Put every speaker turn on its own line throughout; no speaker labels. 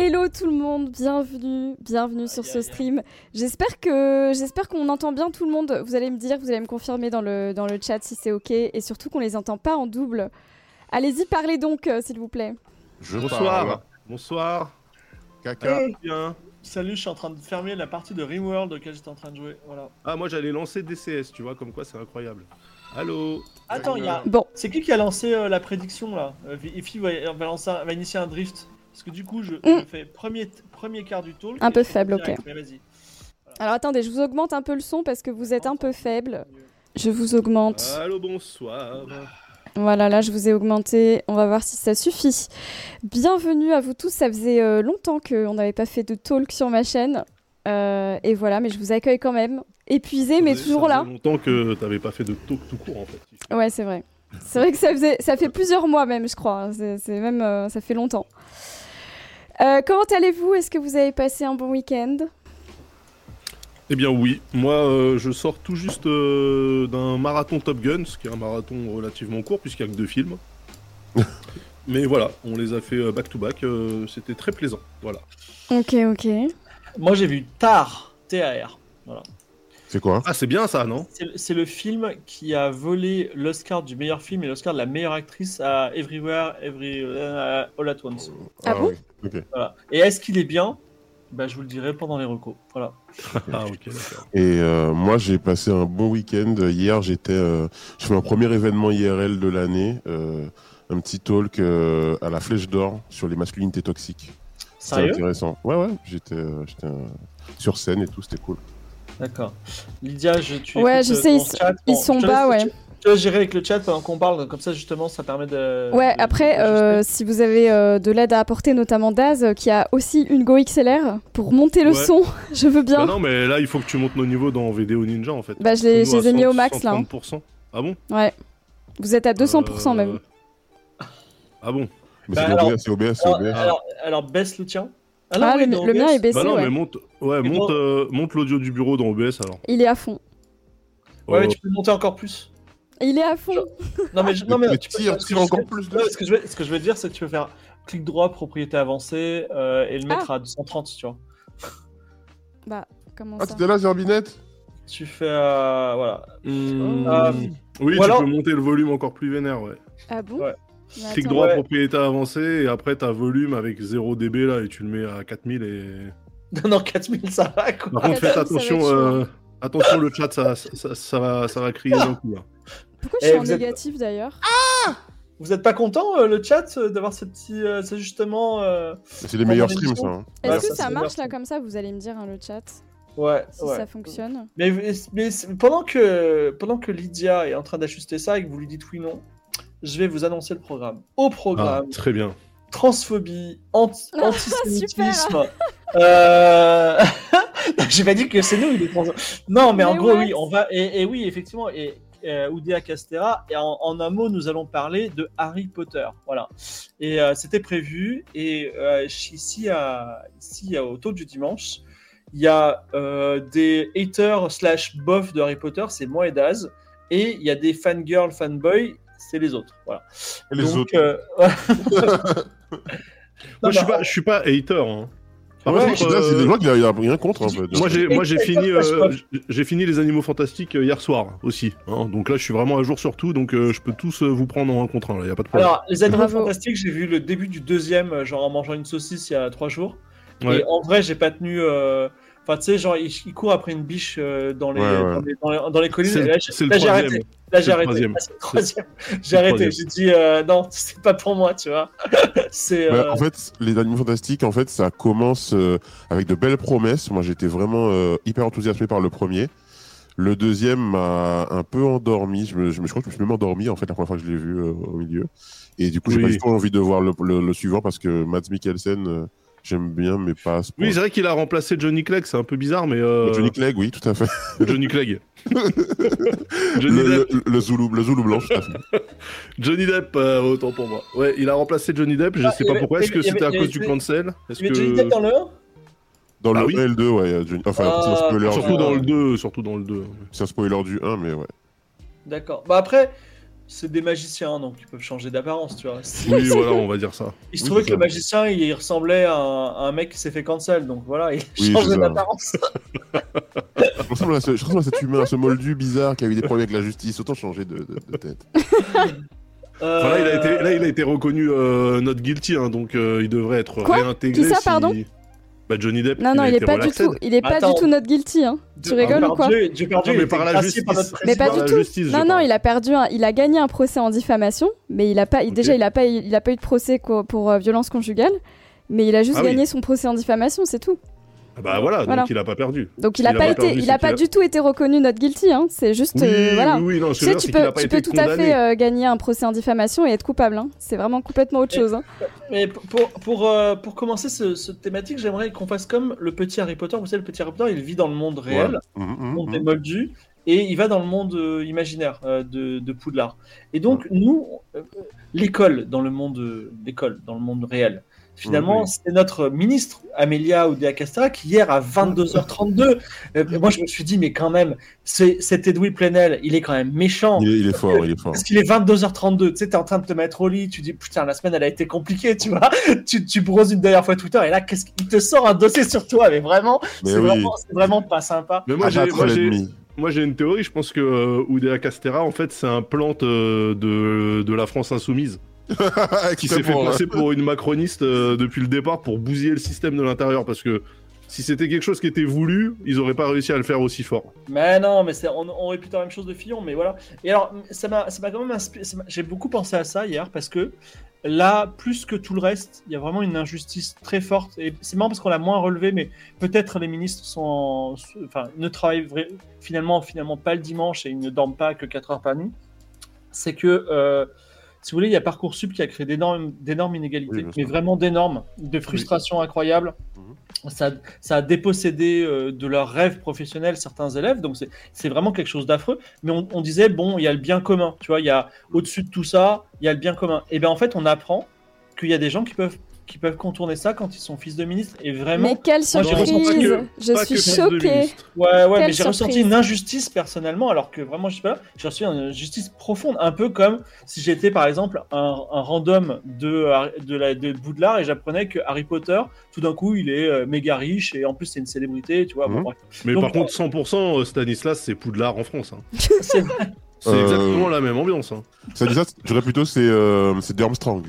Hello tout le monde, bienvenue sur ce stream. J'espère qu'on entend bien tout le monde. Vous allez me dire, vous allez me confirmer dans le chat si c'est ok et surtout qu'on les entend pas en double. Allez-y, parlez donc, s'il vous plaît.
Bonsoir.
Caca.
Bien.
Salut, je suis en train de fermer la partie de Rimworld auquel j'étais en train de jouer. Voilà.
Ah, moi j'allais lancer DCS, tu vois, comme quoi c'est incroyable. Allô.
Attends,
Bon.
C'est qui a lancé la prédiction là Ifi va initier un drift. Parce que du coup, je fais premier quart du talk.
Un peu faible, ok.
Mais vas-y.
Voilà. Alors attendez, je vous augmente un peu le son parce que vous êtes un peu faible. Je vous augmente.
Allô, bonsoir.
Voilà, là je vous ai augmenté. On va voir si ça suffit. Bienvenue à vous tous. Ça faisait longtemps qu'on n'avait pas fait de talk sur ma chaîne. Et voilà, mais je vous accueille quand même. Épuisé, mais toujours là.
Ça faisait longtemps que t'avais pas fait de talk tout court en fait.
Ouais, c'est vrai. C'est vrai que ça fait plusieurs mois même, je crois. C'est même, ça fait longtemps. Comment allez-vous ? Est-ce que vous avez passé un bon week-end ?
Eh bien oui, moi je sors tout juste d'un marathon Top Gun, ce qui est un marathon relativement court puisqu'il n'y a que 2 films. Mais voilà, on les a fait back-to-back, c'était très plaisant, voilà.
Ok.
Moi j'ai vu TAR, T-A-R. Voilà.
C'est quoi ?
Ah c'est bien ça, non ?
C'est le film qui a volé l'Oscar du meilleur film et l'Oscar de la meilleure actrice à Everywhere, All at Once.
Ah bon ?
Oui. Ok.
Voilà. Et est-ce qu'il est bien ? Bah, je vous le dirai pendant les recos. Voilà.
Ah ok, d'accord.
Et moi, j'ai passé un bon week-end. Hier, j'ai fait mon premier événement IRL de l'année, un petit talk à la Flèche d'Or sur les masculinités toxiques. C'était
Sérieux ?
intéressant. Ouais, j'étais sur scène et tout, c'était cool.
D'accord. Lydia, tu
Ouais,
écoutes
je sais,
ton chat.
ils sont bas, ouais.
Tu vas gérer avec le chat pendant qu'on parle, comme ça justement ça permet de...
Ouais, après, si vous avez de l'aide à apporter, notamment Daz, qui a aussi une Go XLR pour monter le son, je veux bien.
Bah non, mais là il faut que tu montes nos niveaux dans VDO Ninja en fait.
Bah je les ai mis au max là.
130%. Ah bon ?
Ouais. Vous êtes à 200% même.
Ah bon ?
Mais
Bah,
c'est OBS.
Alors baisse le tien.
Ah,
oui,
le mien est baissé,
Bah non,
ouais.
mais monte l'audio du bureau dans OBS alors.
Il est à fond.
Ouais, mais tu peux monter encore plus.
Il est à fond.
Non mais
tu tires encore plus de...
Ce que je veux dire, c'est que tu peux faire clic droit, propriété avancée, et le mettre à 230, tu vois.
Bah, comment
Ah,
ça ?
t'étais là, Zerbinette ?
Tu fais, voilà.
Oui,
ou alors-
tu peux monter le volume encore plus vénère, ouais.
Ah bon ?
Ouais.
Mais
Clic
attends.
droit,
Ouais.
propriété avancée, et après t'as volume avec 0 dB là, et tu le mets à 4000 et...
Non, 4000, ça va, quoi.
Par contre, faites
4000, ça va
attention,
être chaud.
attention le chat, ça va crier d'un coup là.
Pourquoi je suis en
vous êtes-
négatif d'ailleurs ?
Vous êtes pas content, le chat, d'avoir ce petit ajustement
C'est les meilleurs
Pendant
streams, ça.
l'émission.
Hein.
Est-ce
Ouais,
que
ça,
ça
c'est
marche
bien.
là comme ça ? Vous allez me dire le chat
Ouais,
si
ouais.
ça fonctionne.
Mais pendant que Lydia est en train d'ajuster ça et que vous lui dites oui non, je vais vous annoncer le programme. Au
Ah,
programme,
très bien.
transphobie, antisémitisme. J'ai pas dit que c'est nous, il est Non, mais en
Mais
gros,
what ?
oui, on va. Et oui, effectivement, et Oudéa Castera, et en un mot, nous allons parler de Harry Potter. Voilà. Et c'était prévu, et ici, au talk du dimanche, il y a des haters / bof de Harry Potter, c'est moi et Daz, et il y a des fangirls, fanboys, c'est les autres. Voilà.
Et les autres.
Moi, je suis pas hater, hein. Par
Ouais,
contre,
c'est des gens qui n'ont rien contre, en fait.
moi j'ai fini les Animaux Fantastiques hier soir aussi, hein. Donc là je suis vraiment à jour sur tout, donc je peux tous vous prendre en 1 contre 1, là, y a pas de problème.
Alors, les Animaux
Bravo.
Fantastiques, j'ai vu le début du 2e, genre en mangeant une saucisse il y a 3 jours.
Ouais.
Et en vrai, j'ai pas tenu. Enfin, tu sais, genre, il court après une biche dans les collines.
C'est
Et là,
le
j'ai
troisième.
arrêté. Là, j'ai
C'est le
arrêté.
troisième.
Ah, c'est le troisième. J'ai
C'est le
arrêté.
troisième.
J'ai dit non, c'est pas pour moi, tu vois. C'est.
En fait, les Animaux Fantastiques, en fait, ça commence avec de belles promesses. Moi, j'étais vraiment hyper enthousiasmé par le premier. Le deuxième m'a un peu endormi. Je crois que je me suis même endormi, en fait, la première fois que je l'ai vu au milieu. Et du coup, j'ai pas du tout envie de voir le suivant parce que Mads Mikkelsen, j'aime bien, mais pas à ce point.
Oui, c'est vrai qu'il a remplacé Johnny Clegg, c'est un peu bizarre, mais...
Johnny Clegg, oui, tout à fait.
Johnny Clegg. Johnny Depp.
Le Zoulou blanc, tout à fait.
Johnny Depp, autant pour moi. Ouais, il a remplacé Johnny Depp, je sais pas pourquoi. Est-ce que c'était à cause du cancel?
Il y avait Johnny Depp dans le 1
Dans le
oui.
1 et le 2, ouais. Enfin, c'est un spoiler.
Surtout dans le 2.
C'est un spoiler du 1, mais ouais.
D'accord. Bah après, C'est des magiciens, donc ils peuvent changer d'apparence, tu vois.
Oui, voilà, on va dire ça.
Il se
Oui,
trouvait
c'est
que le
ça.
magicien, il ressemblait à un mec qui s'est fait cancel, donc voilà, il
Oui,
changeait
c'est ça.
d'apparence.
Je ressemble à cet humain, à ce moldu bizarre qui a eu des problèmes avec la justice. Autant changer de tête.
Enfin, là, il a été reconnu not guilty, hein, donc il devrait être
Quoi
réintégré.
Qui ça, pardon
Bah, Johnny Depp.
Non, non,
a
il est
été
pas du
relaxed.
tout. Il est pas
Attends.
du tout not guilty. Hein. Tu rigoles ou quoi
Dieu perdu,
Non, mais par la justice.
Mais pas
Par
du
la
tout.
justice, je
Non, non,
parle.
il a gagné un procès en diffamation, mais déjà il a pas eu de procès pour violence conjugale, mais il a juste
Ah oui.
gagné son procès en diffamation, c'est tout.
Ah bah voilà,
Voilà.
donc il a pas perdu.
Donc il a pas
perdu, c'est qu'il a-
du tout été reconnu not guilty. Hein. C'est juste
Oui,
voilà.
oui, non, ce que
Tu
je
sais,
veux dire, c'est qu'il a pas
tu
été
peux tout à
condamné.
fait gagner un procès en diffamation et être coupable. Hein. C'est vraiment complètement autre chose. Hein.
Mais pour commencer ce thématique, j'aimerais qu'on fasse comme le petit Harry Potter. Vous savez, le petit Harry Potter, il vit dans le monde réel,
Ouais.
le monde des Moldus, et il va dans le monde imaginaire de Poudlard. Et donc, nous, l'école dans le monde réel, finalement,
Oui.
c'est notre ministre, Amelia Oudéa Castéra, qui hier à 22h32, moi je me suis dit, mais quand même, cet Edoui Plenel, il est quand même méchant.
Il est fort, il est fort.
Parce qu'il est 22h32, tu sais, t'es en train de te mettre au lit, tu dis putain, la semaine elle a été compliquée, tu vois. tu broses une dernière fois Twitter et là, qu'est-ce qu'il te sort un dossier sur toi, mais vraiment,
Mais
c'est
oui.
vraiment pas sympa.
Mais moi,
À
j'ai,
battre
moi, j'ai,
l'ennemi.
moi, j'ai une théorie. Je pense que Oudéa Castéra, en fait, c'est un plante de la France insoumise qui s'est fait passer pour une macroniste depuis le départ pour bousiller le système de l'intérieur. Parce que si c'était quelque chose qui était voulu, ils auraient pas réussi à le faire aussi fort.
Mais non, mais on aurait pu faire la même chose de Fillon, mais voilà. Et alors, ça m'a quand même inspiré, j'ai beaucoup pensé à ça hier parce que là, plus que tout le reste, il y a vraiment une injustice très forte. Et c'est marrant parce qu'on l'a moins relevé, mais peut-être les ministres ne travaillent finalement pas le dimanche et ils ne dorment pas que 4 heures par nuit. C'est que, si vous voulez, il y a Parcoursup qui a créé d'énormes inégalités,
Oui, bien sûr.
mais vraiment d'énormes, de frustrations incroyables. Ça a dépossédé de leurs rêves professionnels certains élèves, donc c'est vraiment quelque chose d'affreux. Mais on disait, bon, il y a le bien commun, tu vois, il y a au-dessus de tout ça, il y a le bien commun. Et bien en fait, on apprend qu'il y a des gens qui peuvent contourner ça quand ils sont fils de ministre. Et vraiment,
Mais quelle
moi, j'ai ressenti
surprise
pas
Je
que
suis
fils de
choquée.
ministre.
ouais,
Quelle
mais j'ai
surprise.
ressenti une injustice personnellement, alors que vraiment, je sais pas, j'ai ressenti une injustice profonde, un peu comme si j'étais par exemple un random de Poudlard et j'apprenais que Harry Potter, tout d'un coup, il est méga riche et en plus c'est une célébrité, tu vois. Bon, bref.
Mais
Donc,
par contre, 100% Stanislas, c'est Poudlard en France. Hein.
c'est vrai.
C'est exactement la même ambiance. Hein.
Ça dit ça, je dirais plutôt c'est de Armstrong.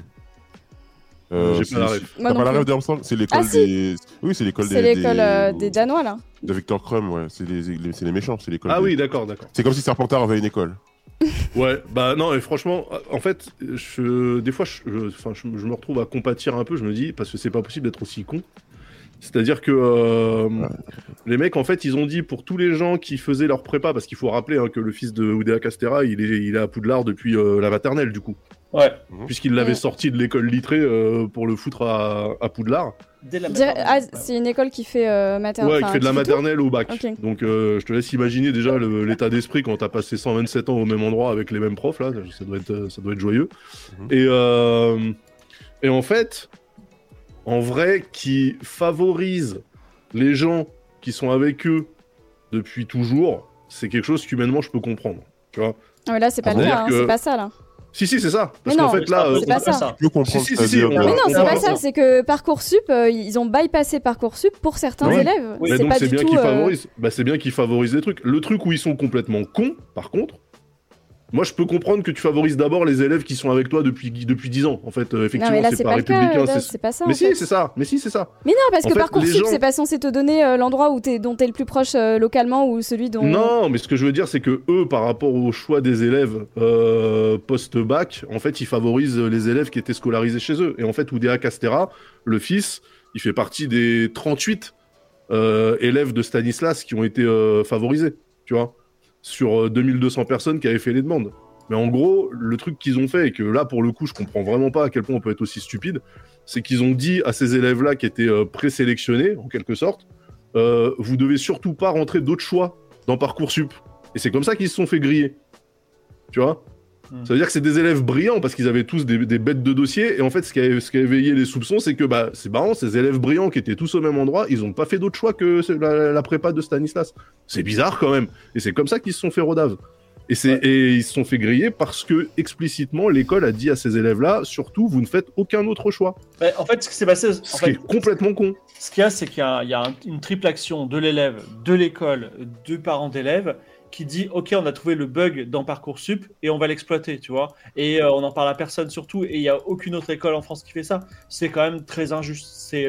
J'ai pas la ref.
Moi
T'as
non
pas la
plus.
ref d'Armstrong? C'est l'école
Ah, si.
des. Oui, c'est l'école
C'est l'école des Danois là.
de Victor Crumb, ouais. C'est les méchants, c'est l'école.
Ah
des-
oui, d'accord, d'accord.
C'est comme si Serpentard avait une école.
Ouais, bah non, et franchement, en fait, des fois, je me retrouve à compatir un peu, je me dis, parce que c'est pas possible d'être aussi con. C'est-à-dire que les mecs, en fait, ils ont dit pour tous les gens qui faisaient leur prépa, parce qu'il faut rappeler hein, que le fils de Oudéa Castéra, il est à Poudlard depuis la maternelle, du coup.
Ouais,
Puisqu'il l'avait
Mm.
sorti de l'école littrée pour le foutre à Poudlard.
dès la
Ah,
maternelle.
c'est une école qui fait maternelle.
Ouais, qui fait de la
tout
maternelle au bac.
Ok.
Donc je te laisse imaginer déjà l'état d'esprit quand t'as passé 127 ans au même endroit avec les mêmes profs, là, ça doit être joyeux. Et en fait, en vrai, qui favorise les gens qui sont avec eux depuis toujours, c'est quelque chose qu'humainement je peux comprendre. Tu vois.
Ah, mais là, c'est pas le
C'est-à-dire
cas, hein,
que-
c'est pas ça là.
Si, c'est ça. Parce
Mais
qu'en
non,
fait, là,
c'est pas ça.
Je peux comprendre.
Si,
c'est-à-dire
on
que-
va-
Mais non, c'est
on
pas
va-
ça, c'est que Parcoursup, ils ont bypassé Parcoursup pour certains
Oui.
élèves.
Oui,
Mais
c'est
donc
pas
c'est
du
bien
tout.
qu'ils favorisent. Bah, c'est bien qu'ils favorisent des trucs. Le truc où ils sont complètement cons, par contre, moi je peux comprendre que tu favorises d'abord les élèves qui sont avec toi depuis 10 ans. En fait,
Non,
effectivement,
mais là,
c'est
c'est
pas
pas le cas.
républicain.
Là,
c'est-
c'est pas ça.
Mais
en
si,
fait.
c'est ça. Mais si, c'est ça.
Mais non, parce
En
que
fait,
Parcoursup,
les gens-
c'est pas censé te donner l'endroit dont t'es le plus proche localement ou celui dont.
Non, mais ce que je veux dire, c'est que eux, par rapport au choix des élèves post-bac, en fait, ils favorisent les élèves qui étaient scolarisés chez eux. Et en fait, Oudéa Castéra, le fils, il fait partie des 38 élèves de Stanislas qui ont été favorisés, tu vois, sur 2200 personnes qui avaient fait les demandes. Mais en gros, le truc qu'ils ont fait, et que là, pour le coup, je comprends vraiment pas à quel point on peut être aussi stupide, c'est qu'ils ont dit à ces élèves-là qui étaient présélectionnés, en quelque sorte, vous devez surtout pas rentrer d'autres choix dans Parcoursup. Et c'est comme ça qu'ils se sont fait griller. Tu vois. Ça veut dire que c'est des élèves brillants parce qu'ils avaient tous des bêtes de dossier. Et en fait, ce qui a éveillé les soupçons, c'est que bah, c'est marrant, ces élèves brillants qui étaient tous au même endroit, ils ont pas fait d'autre choix que la prépa de Stanislas. C'est bizarre quand même. Et c'est comme ça qu'ils se sont fait rodave. Et ils se sont fait griller parce que explicitement l'école a dit à ces élèves-là, surtout vous ne faites aucun autre choix.
En fait, ce qui s'est passé,
Ce qui est complètement con.
Ce qu'il y a, c'est qu'il y a une triple action de l'élève, de l'école, de parents d'élèves qui dit ok, on a trouvé le bug dans Parcoursup et on va l'exploiter, tu vois. Et on n'en parle à personne surtout. Et il n'y a aucune autre école en France qui fait ça. C'est quand même très injuste. C'est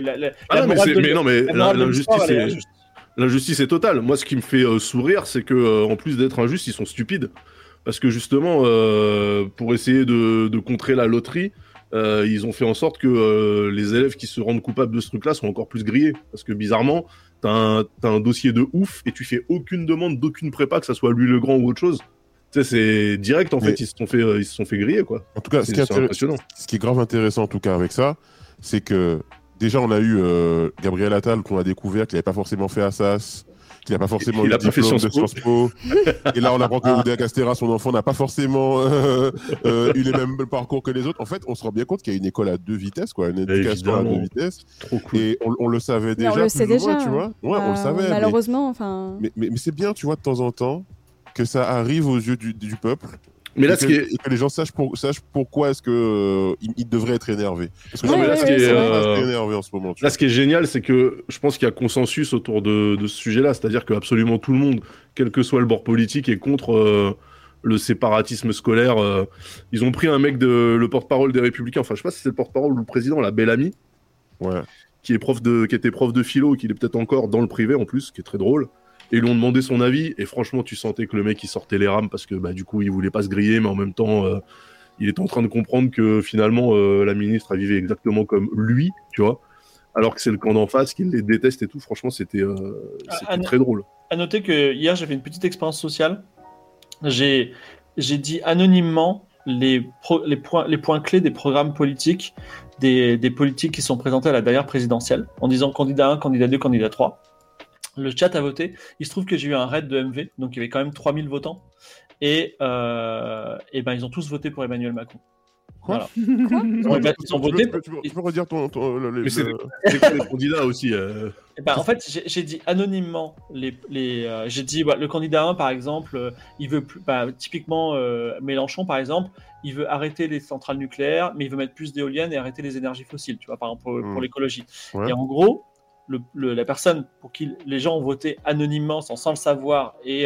l'injustice est totale. Moi, ce qui me fait sourire, c'est que en plus d'être injustes, ils sont stupides. Parce que justement, pour essayer de contrer la loterie, ils ont fait en sorte que les élèves qui se rendent coupables de ce truc-là sont encore plus grillés. Parce que bizarrement, t'as un dossier de ouf et tu fais aucune demande d'aucune prépa, que ça soit Louis le Grand ou autre chose. Tu sais, c'est direct, en fait, ils se sont fait griller, quoi.
En tout cas,
c'est impressionnant.
Ce qui est grave intéressant, en tout cas, avec ça, c'est que déjà, on a eu Gabriel Attal, qu'on a découvert qu'il n'avait pas forcément fait Assas, qu'il n'a pas forcément eu le diplôme de Sciences Po. Et là, on apprend que Oudéa Castéra, son enfant, n'a pas forcément eu les mêmes parcours que les autres. En fait, on se rend bien compte qu'il y a une école à 2 vitesses, quoi, une éducation à 2 vitesses.
Trop cool.
Et on le savait déjà.
On le sait déjà,
tu vois. Ouais, on le savait.
Malheureusement, enfin.
Mais c'est bien, tu vois, de temps en temps, que ça arrive aux yeux du peuple.
Mais là,
et que les gens sachent pourquoi est-ce que ils devraient être énervés. Parce que énervé en ce moment.
Là, ce qui est génial, c'est que je pense qu'il y a consensus autour de ce sujet-là. C'est-à-dire que absolument tout le monde, quel que soit le bord politique, est contre le séparatisme scolaire. Ils ont pris un mec le porte-parole des Républicains. Enfin, je sais pas si c'est le porte-parole ou le président, la Bellamy, qui était prof de philo, qui est peut-être encore dans le privé en plus, qui est très drôle. Et ils lui ont demandé son avis, et franchement, tu sentais que le mec, il sortait les rames, parce que du coup, il voulait pas se griller, mais en même temps, il était en train de comprendre que finalement, la ministre, elle vivait exactement comme lui, tu vois, alors que c'est le camp d'en face, qu'il les déteste et tout. Franchement, c'était très drôle.
À noter que hier, j'ai fait une petite expérience sociale. J'ai dit anonymement les points clés des programmes politiques, des politiques qui sont présentés à la dernière présidentielle, en disant candidat 1, candidat 2, candidat 3. Le chat a voté. Il se trouve que j'ai eu un raid de MV, donc il y avait quand même 3000 votants. Et ils ont tous voté pour Emmanuel Macron.
Quoi
Ils ont voté.
Tu peux redire
Mais c'est les candidats aussi.
En fait, j'ai dit anonymement j'ai dit le candidat 1, par exemple, il veut plus. Typiquement, Mélenchon, par exemple, il veut arrêter les centrales nucléaires, mais il veut mettre plus d'éoliennes et arrêter les énergies fossiles. Tu vois, par exemple pour l'écologie. Ouais. Et en gros. La personne pour qui les gens ont voté anonymement sans le savoir et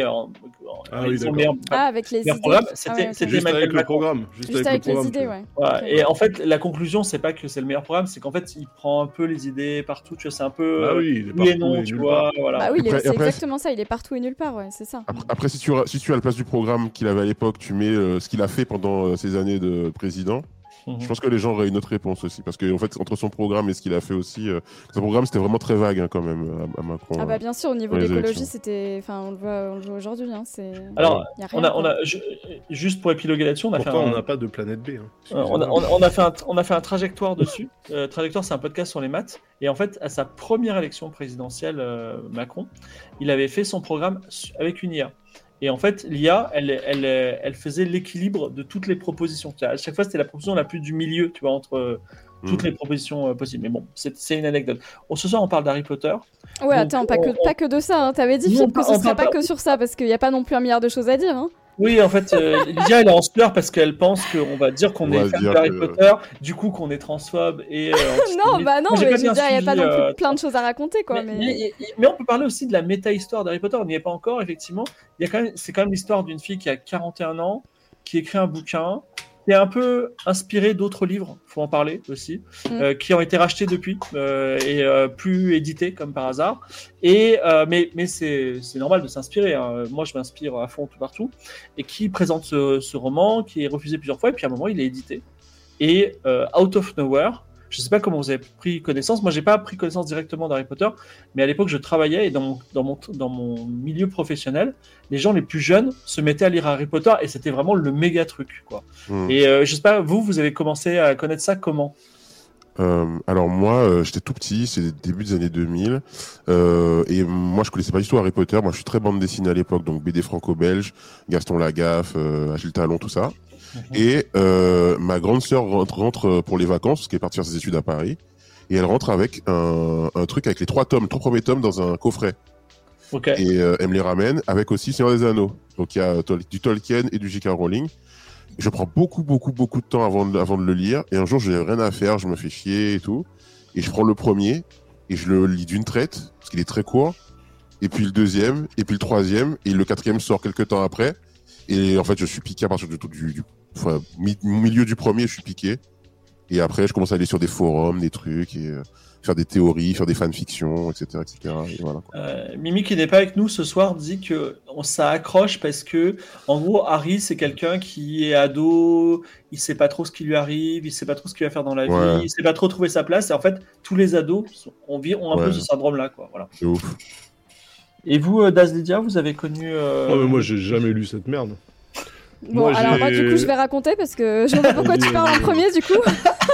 avec les idées.
C'était
juste avec le programme.
Juste avec les idées, ouais.
Et en fait, la conclusion, c'est pas que c'est le meilleur programme, c'est qu'en fait, il prend un peu les idées partout. Tu vois, c'est un peu
oui
et non, tu vois. Voilà.
Bah oui, c'est exactement ça. Il est partout et nulle part, ouais, c'est ça.
Après, si tu as la place du programme qu'il avait à l'époque, tu mets ce qu'il a fait pendant ses années de président. Je pense que les gens auraient une autre réponse aussi, parce que en fait, entre son programme et ce qu'il a fait aussi, son programme c'était vraiment très vague quand même à Macron.
Ah bah bien sûr, au niveau de l'écologie, c'était, on le voit aujourd'hui.
Alors, juste pour épiloguer là-dessus,
on n'a pas de planète B.
On a fait un trajectoire dessus. Trajectoire, c'est un podcast sur les maths, et en fait, à sa première élection présidentielle, Macron, il avait fait son programme avec une IA. Et en fait, l'IA, elle faisait l'équilibre de toutes les propositions. À chaque fois, c'était la proposition la plus du milieu, tu vois, entre toutes les propositions possibles. Mais bon, c'est une anecdote. Ce soir, on parle d'Harry Potter.
Ouais, attends, pas que de ça. Hein. T'avais dit, Philippe, que ce serait pas que sur ça, parce qu'il n'y a pas non plus 1 milliard de choses à dire. Hein.
Oui, en fait, Lydia, elle est en sueur parce qu'elle pense qu'on va dire qu'on est fan de Harry Potter, du coup qu'on est transphobe et...
non, mais Lydia, il n'y a pas non plus plein de choses à raconter, quoi.
Mais on peut parler aussi de la méta-histoire d'Harry Potter, on n'y est pas encore, effectivement. C'est quand même l'histoire d'une fille qui a 41 ans, qui écrit un bouquin, qui est un peu inspiré d'autres livres, faut en parler aussi, qui ont été rachetés depuis et plus édités comme par hasard. Mais c'est normal de s'inspirer. Hein. Moi, je m'inspire à fond tout partout. Et qui présente ce roman, qui est refusé plusieurs fois, et puis à un moment, il est édité. Et out of nowhere, je ne sais pas comment vous avez pris connaissance. Moi, j'ai pas pris connaissance directement d'Harry Potter, mais à l'époque, je travaillais et dans mon milieu professionnel, les gens les plus jeunes se mettaient à lire Harry Potter et c'était vraiment le méga truc, quoi. Et je sais pas, vous avez commencé à connaître ça comment ?
Alors moi, j'étais tout petit, c'est le début des années 2000, et moi je connaissais pas du tout Harry Potter. Moi, je suis très bande dessinée à l'époque, donc BD franco-belge, Gaston Lagaffe, Achille Talon, tout ça. Et ma grande sœur rentre pour les vacances, parce qu'elle est partie faire ses études à Paris, et elle rentre avec un truc avec les 3 premiers tomes dans un coffret.
Ok.
Et elle me les ramène avec aussi Seigneur des Anneaux. Donc il y a du Tolkien et du J.K. Rowling. Je prends beaucoup de temps avant de le lire. Et un jour, j'ai rien à faire, je me fais chier et tout. Et je prends le premier et je le lis d'une traite, parce qu'il est très court. Et puis le deuxième, et puis le troisième, et le quatrième sort quelques temps après. Et en fait, je suis piqué à partir milieu du premier, je suis piqué. Et après, je commence à aller sur des forums, des trucs, et faire des théories, faire des fanfictions, etc., etc. Et voilà, quoi.
Mimi qui n'est pas avec nous ce soir dit que ça accroche parce que en gros Harry c'est quelqu'un qui est ado, il sait pas trop ce qui lui arrive, il sait pas trop ce qu'il va faire dans la vie, il sait pas trop trouver sa place et en fait tous les ados ont un peu ce syndrome là quoi. Voilà.
C'est ouf.
Et vous Dazlydia, vous avez connu
mais moi j'ai jamais lu cette merde.
Bon, alors moi du coup je vais raconter parce que je vois pas pourquoi tu parles en premier du coup.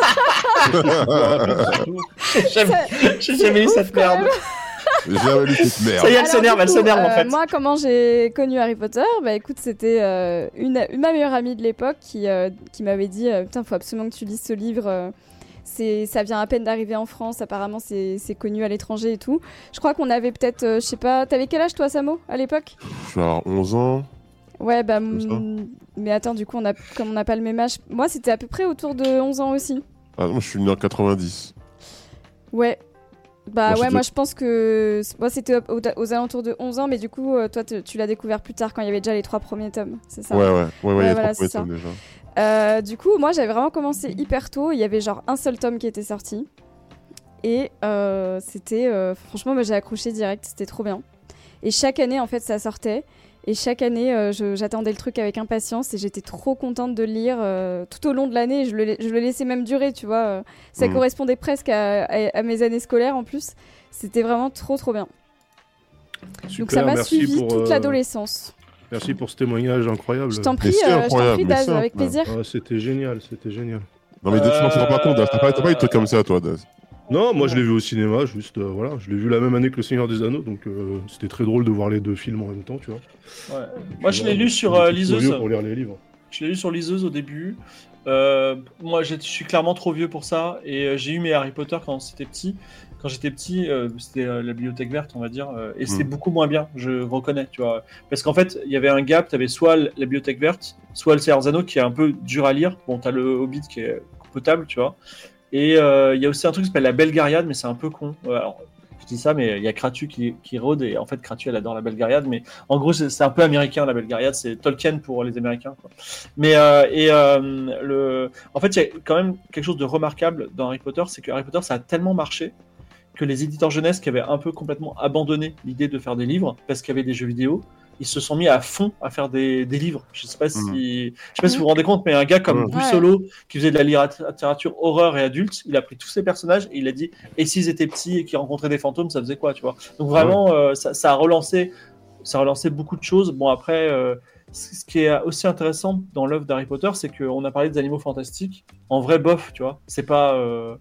J'ai jamais lu cette merde.
J'ai jamais lu cette merde.
Ça y est, elle s'énerve en fait.
Moi, comment j'ai connu Harry Potter? Bah écoute, c'était ma meilleure amie de l'époque qui m'avait dit putain, faut absolument que tu lises ce livre. Ça vient à peine d'arriver en France, apparemment c'est connu à l'étranger et tout. Je crois qu'on avait peut-être, je sais pas, t'avais quel âge toi, Samo, à l'époque?
Genre 11 ans.
Ouais, bah, mais attends, du coup, comme on n'a pas le même âge, moi c'était à peu près autour de 11 ans aussi.
Ah non, je suis né en 90.
Ouais. Bah
moi,
moi je pense que moi c'était aux alentours de 11 ans, mais du coup toi tu l'as découvert plus tard quand il y avait déjà les 3 premiers tomes, c'est ça?
Ouais, il y a
voilà,
3 premiers tomes déjà.
Du coup moi j'avais vraiment commencé hyper tôt, il y avait genre un seul tome qui était sorti et c'était franchement moi j'ai accroché direct, c'était trop bien. Et chaque année en fait ça sortait. Et chaque année, j'attendais le truc avec impatience et j'étais trop contente de le lire tout au long de l'année. Je le laissais même durer, tu vois. Ça correspondait presque à mes années scolaires en plus. C'était vraiment trop, trop bien.
Super,
donc ça m'a suivi
pour,
toute l'adolescence.
Merci pour ce témoignage incroyable.
Je t'en prie, Daz, avec plaisir.
C'était génial.
Non mais tu t'en rends pas compte, Daz. T'as pas eu de trucs comme ça, toi, Daz.
Non, moi je l'ai vu au cinéma, juste voilà, je l'ai vu la même année que Le Seigneur des Anneaux, donc c'était très drôle de voir les deux films en même temps, tu vois.
Ouais. Moi je l'ai lu sur liseuse.
Pour lire les livres.
Je l'ai lu sur liseuse au début. Moi je suis clairement trop vieux pour ça et j'ai eu mes Harry Potter quand j'étais petit. Quand j'étais petit, c'était la bibliothèque verte, on va dire, et c'était beaucoup moins bien, je reconnais, tu vois. Parce qu'en fait, il y avait un gap, tu avais soit la bibliothèque verte, soit le Seigneur des Anneaux qui est un peu dur à lire. Bon, t'as le Hobbit qui est potable, tu vois. Et il y a aussi un truc qui s'appelle la Belgariade, mais c'est un peu con. Alors, je dis ça, mais il y a Kratu qui rôde, et en fait, Kratu, elle adore la Belgariade, mais en gros, c'est un peu américain, la Belgariade, c'est Tolkien pour les Américains, quoi. Mais, en fait, il y a quand même quelque chose de remarquable dans Harry Potter, c'est que Harry Potter, ça a tellement marché que les éditeurs jeunesse qui avaient un peu complètement abandonné l'idée de faire des livres, parce qu'il y avait des jeux vidéo, ils se sont mis à fond à faire des livres. Je sais pas si vous vous rendez compte, mais un gars comme Bruce Solo, qui faisait de la littérature horreur et adulte, il a pris tous ces personnages et il a dit, et s'ils étaient petits et qu'ils rencontraient des fantômes, ça faisait quoi, tu vois? Donc vraiment, ça a relancé beaucoup de choses. Bon, après, ce qui est aussi intéressant dans l'œuvre d'Harry Potter, c'est qu'on a parlé des animaux fantastiques. En vrai, bof, tu vois, c'est pas...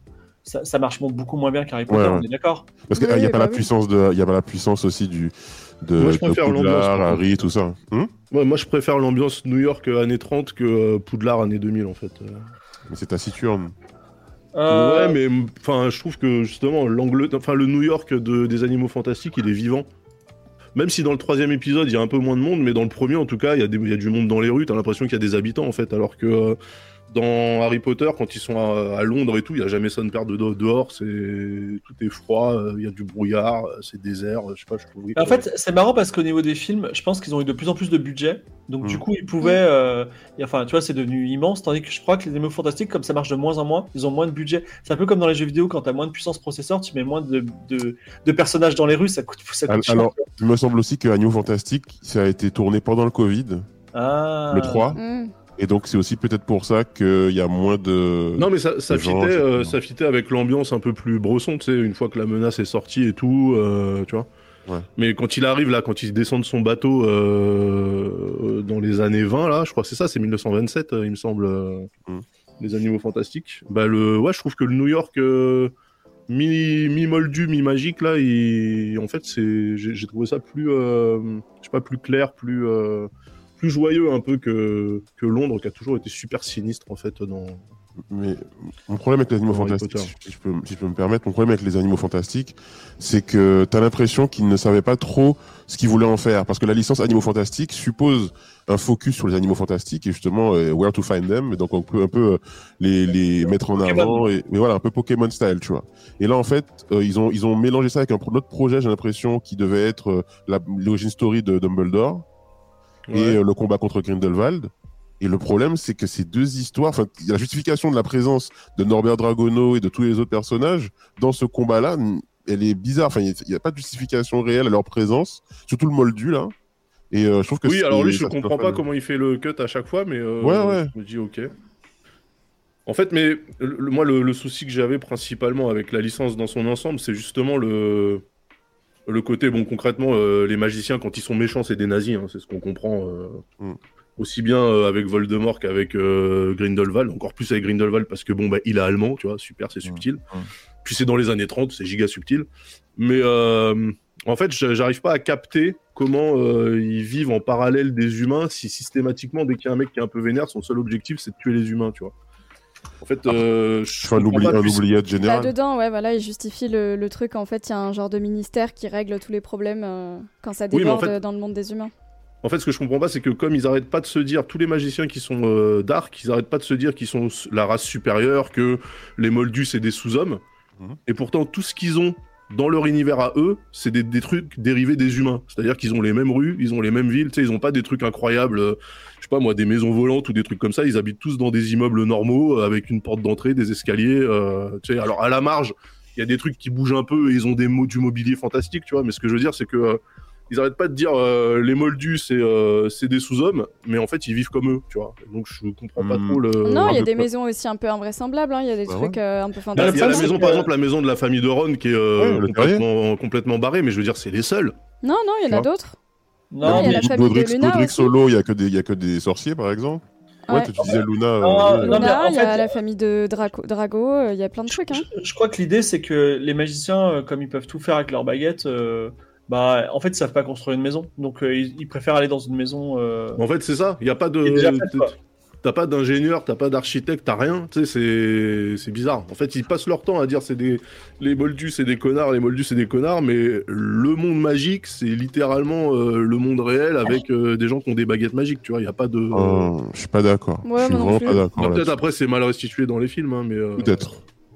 ça marche beaucoup moins bien qu'Harry Potter, on est d'accord?
Parce qu'il n'y a pas la puissance il y a pas la puissance aussi
moi, je préfère
Poudlard, Harry, tout ça.
Moi, je préfère l'ambiance New York années 30 que Poudlard années 2000, en fait.
Mais c'est taciturne.
Ouais, mais je trouve que justement, le New York des animaux fantastiques, il est vivant. Même si dans le 3e épisode, il y a un peu moins de monde, mais dans le premier, en tout cas, il y a du monde dans les rues, t'as l'impression qu'il y a des habitants, en fait, alors que... dans Harry Potter, quand ils sont à Londres et tout, il n'y a jamais sonne-père dehors, tout est froid, il y a du brouillard, c'est désert, je sais pas, je trouve.
En fait, c'est marrant parce qu'au niveau des films, je pense qu'ils ont eu de plus en plus de budget, donc du coup, ils pouvaient, tu vois, c'est devenu immense, tandis que je crois que les animaux fantastiques, comme ça marche de moins en moins, ils ont moins de budget. C'est un peu comme dans les jeux vidéo, quand tu as moins de puissance processeur, tu mets moins de personnages dans les rues, ça coûte cher.
Alors, il me semble aussi que Animaux Fantastiques, ça a été tourné pendant le Covid, le 3. Et donc c'est aussi peut-être pour ça qu'il y a moins de...
Non mais ça fitait avec l'ambiance un peu plus Bresson, tu sais, une fois que la menace est sortie et tout, tu vois.
Ouais.
Mais quand il arrive là, quand il descend de son bateau dans les années 20 là, je crois que c'est ça, c'est 1927 il me semble, les Animaux Fantastiques. Bah je trouve que le New York mi-moldu, mi-magique là, en fait j'ai trouvé ça plus, je sais pas, plus clair, plus joyeux un peu que Londres, qui a toujours été super sinistre en fait
Mais mon problème avec les animaux
Harry
fantastiques,
Potter.
si je peux me permettre, mon problème avec les animaux fantastiques, c'est que t'as l'impression qu'ils ne savaient pas trop ce qu'ils voulaient en faire. Parce que la licence Animaux Fantastiques suppose un focus sur les animaux fantastiques et justement where to find them. Et donc on peut un peu les mettre en
Pokémon.
avant. Mais voilà, un peu Pokémon style, tu vois. Et là, en fait, ils ont mélangé ça avec un autre projet, j'ai l'impression, qui devait être l'origin story de Dumbledore et
Ouais.
le combat contre Grindelwald. Et le problème, c'est que ces deux histoires, enfin, la justification de la présence de Norbert Dragono et de tous les autres personnages dans ce combat-là, elle est bizarre. Enfin, il n'y a pas de justification réelle à leur présence, surtout le Moldu, là. Et je trouve que
Oui, alors lui, je
ça, c'est
comprends
pas
pas
fun.
comment il fait le cut à chaque fois, mais
Ouais.
je me dis ok. En fait, mais moi, le souci que j'avais principalement avec la licence dans son ensemble, c'est justement le côté, bon, concrètement, les magiciens, quand ils sont méchants, c'est des nazis, hein, c'est ce qu'on comprend
Mm.
aussi bien avec Voldemort qu'avec Grindelwald, encore plus avec Grindelwald, parce que bon, bah, il est allemand, tu vois, super, c'est subtil. Puis c'est dans les années 30, c'est giga subtil. Mais en fait, j'arrive pas à capter comment ils vivent en parallèle des humains si systématiquement, dès qu'il y a un mec qui est un peu vénère, son seul objectif, c'est de tuer les humains, tu vois. En fait, je
Enfin, un
comprends pas, puis-
oubliette général.
Là-dedans, ouais, voilà, il justifie le truc. En fait, il y a un genre de ministère qui règle tous les problèmes quand ça
Oui, mais en
déborde
fait-
dans le monde des humains.
En fait, ce que je comprends pas, c'est que comme ils arrêtent pas de se dire, tous les magiciens qui sont dark, ils arrêtent pas de se dire qu'ils sont la race supérieure, que les Moldus, c'est des sous-hommes.
Mhm.
Et pourtant, tout ce qu'ils ont dans leur univers à eux, c'est des trucs dérivés des humains. C'est-à-dire qu'ils ont les mêmes rues, ils ont les mêmes villes, tu sais, ils ont pas des trucs incroyables, je sais pas moi, des maisons volantes ou des trucs comme ça. Ils habitent tous dans des immeubles normaux, avec une porte d'entrée, des escaliers, tu sais. Alors, à la marge, il y a des trucs qui bougent un peu et ils ont du mobilier fantastique, tu vois. Mais ce que je veux dire, c'est que ils arrêtent pas de dire les Moldus c'est des sous-hommes, mais en fait ils vivent comme eux, tu vois. Donc je comprends pas trop le.
Non, il y a
peu
des
près.
maisons aussi un peu invraisemblables. Il y a des
Bah
trucs un peu
Il y a
fantastiques.
la
c'est
maison,
que-
par exemple, la maison de la famille de Ron qui est
le
complètement barrée, mais je veux dire, c'est les seuls.
Non, il y en
Tu
a
vois.
d'autres.
Non,
il y a la famille de Luna
Godric
aussi.
Solo, il y a que des sorciers, par exemple. Ouais,
Ouais.
tu disais Luna.
Non,
oui,
non, mais
Luna,
en
il y a
fait-
la famille de Drago, il y a plein de trucs. Hein.
Je crois que l'idée, c'est que les magiciens, comme ils peuvent tout faire avec leur baguette, bah, en fait, ils savent pas construire une maison. Donc, ils préfèrent aller dans une maison.
En fait, c'est ça. Il y a pas de.
Qui est déjà faite, quoi.
T'as pas d'ingénieur, t'as pas d'architecte, t'as rien. Tu sais, c'est bizarre. En fait, ils passent leur temps à dire les Moldus c'est des connards, les Moldus c'est des connards, mais le monde magique, c'est littéralement le monde réel avec des gens qui ont des baguettes magiques. Tu vois, il y a pas de.
Je suis pas d'accord.
Ouais,
Je suis
moi non
vraiment
plus.
pas d'accord.
Bah, peut-être
là-dessus.
après c'est mal restitué dans les films, hein, mais.
Peut-être.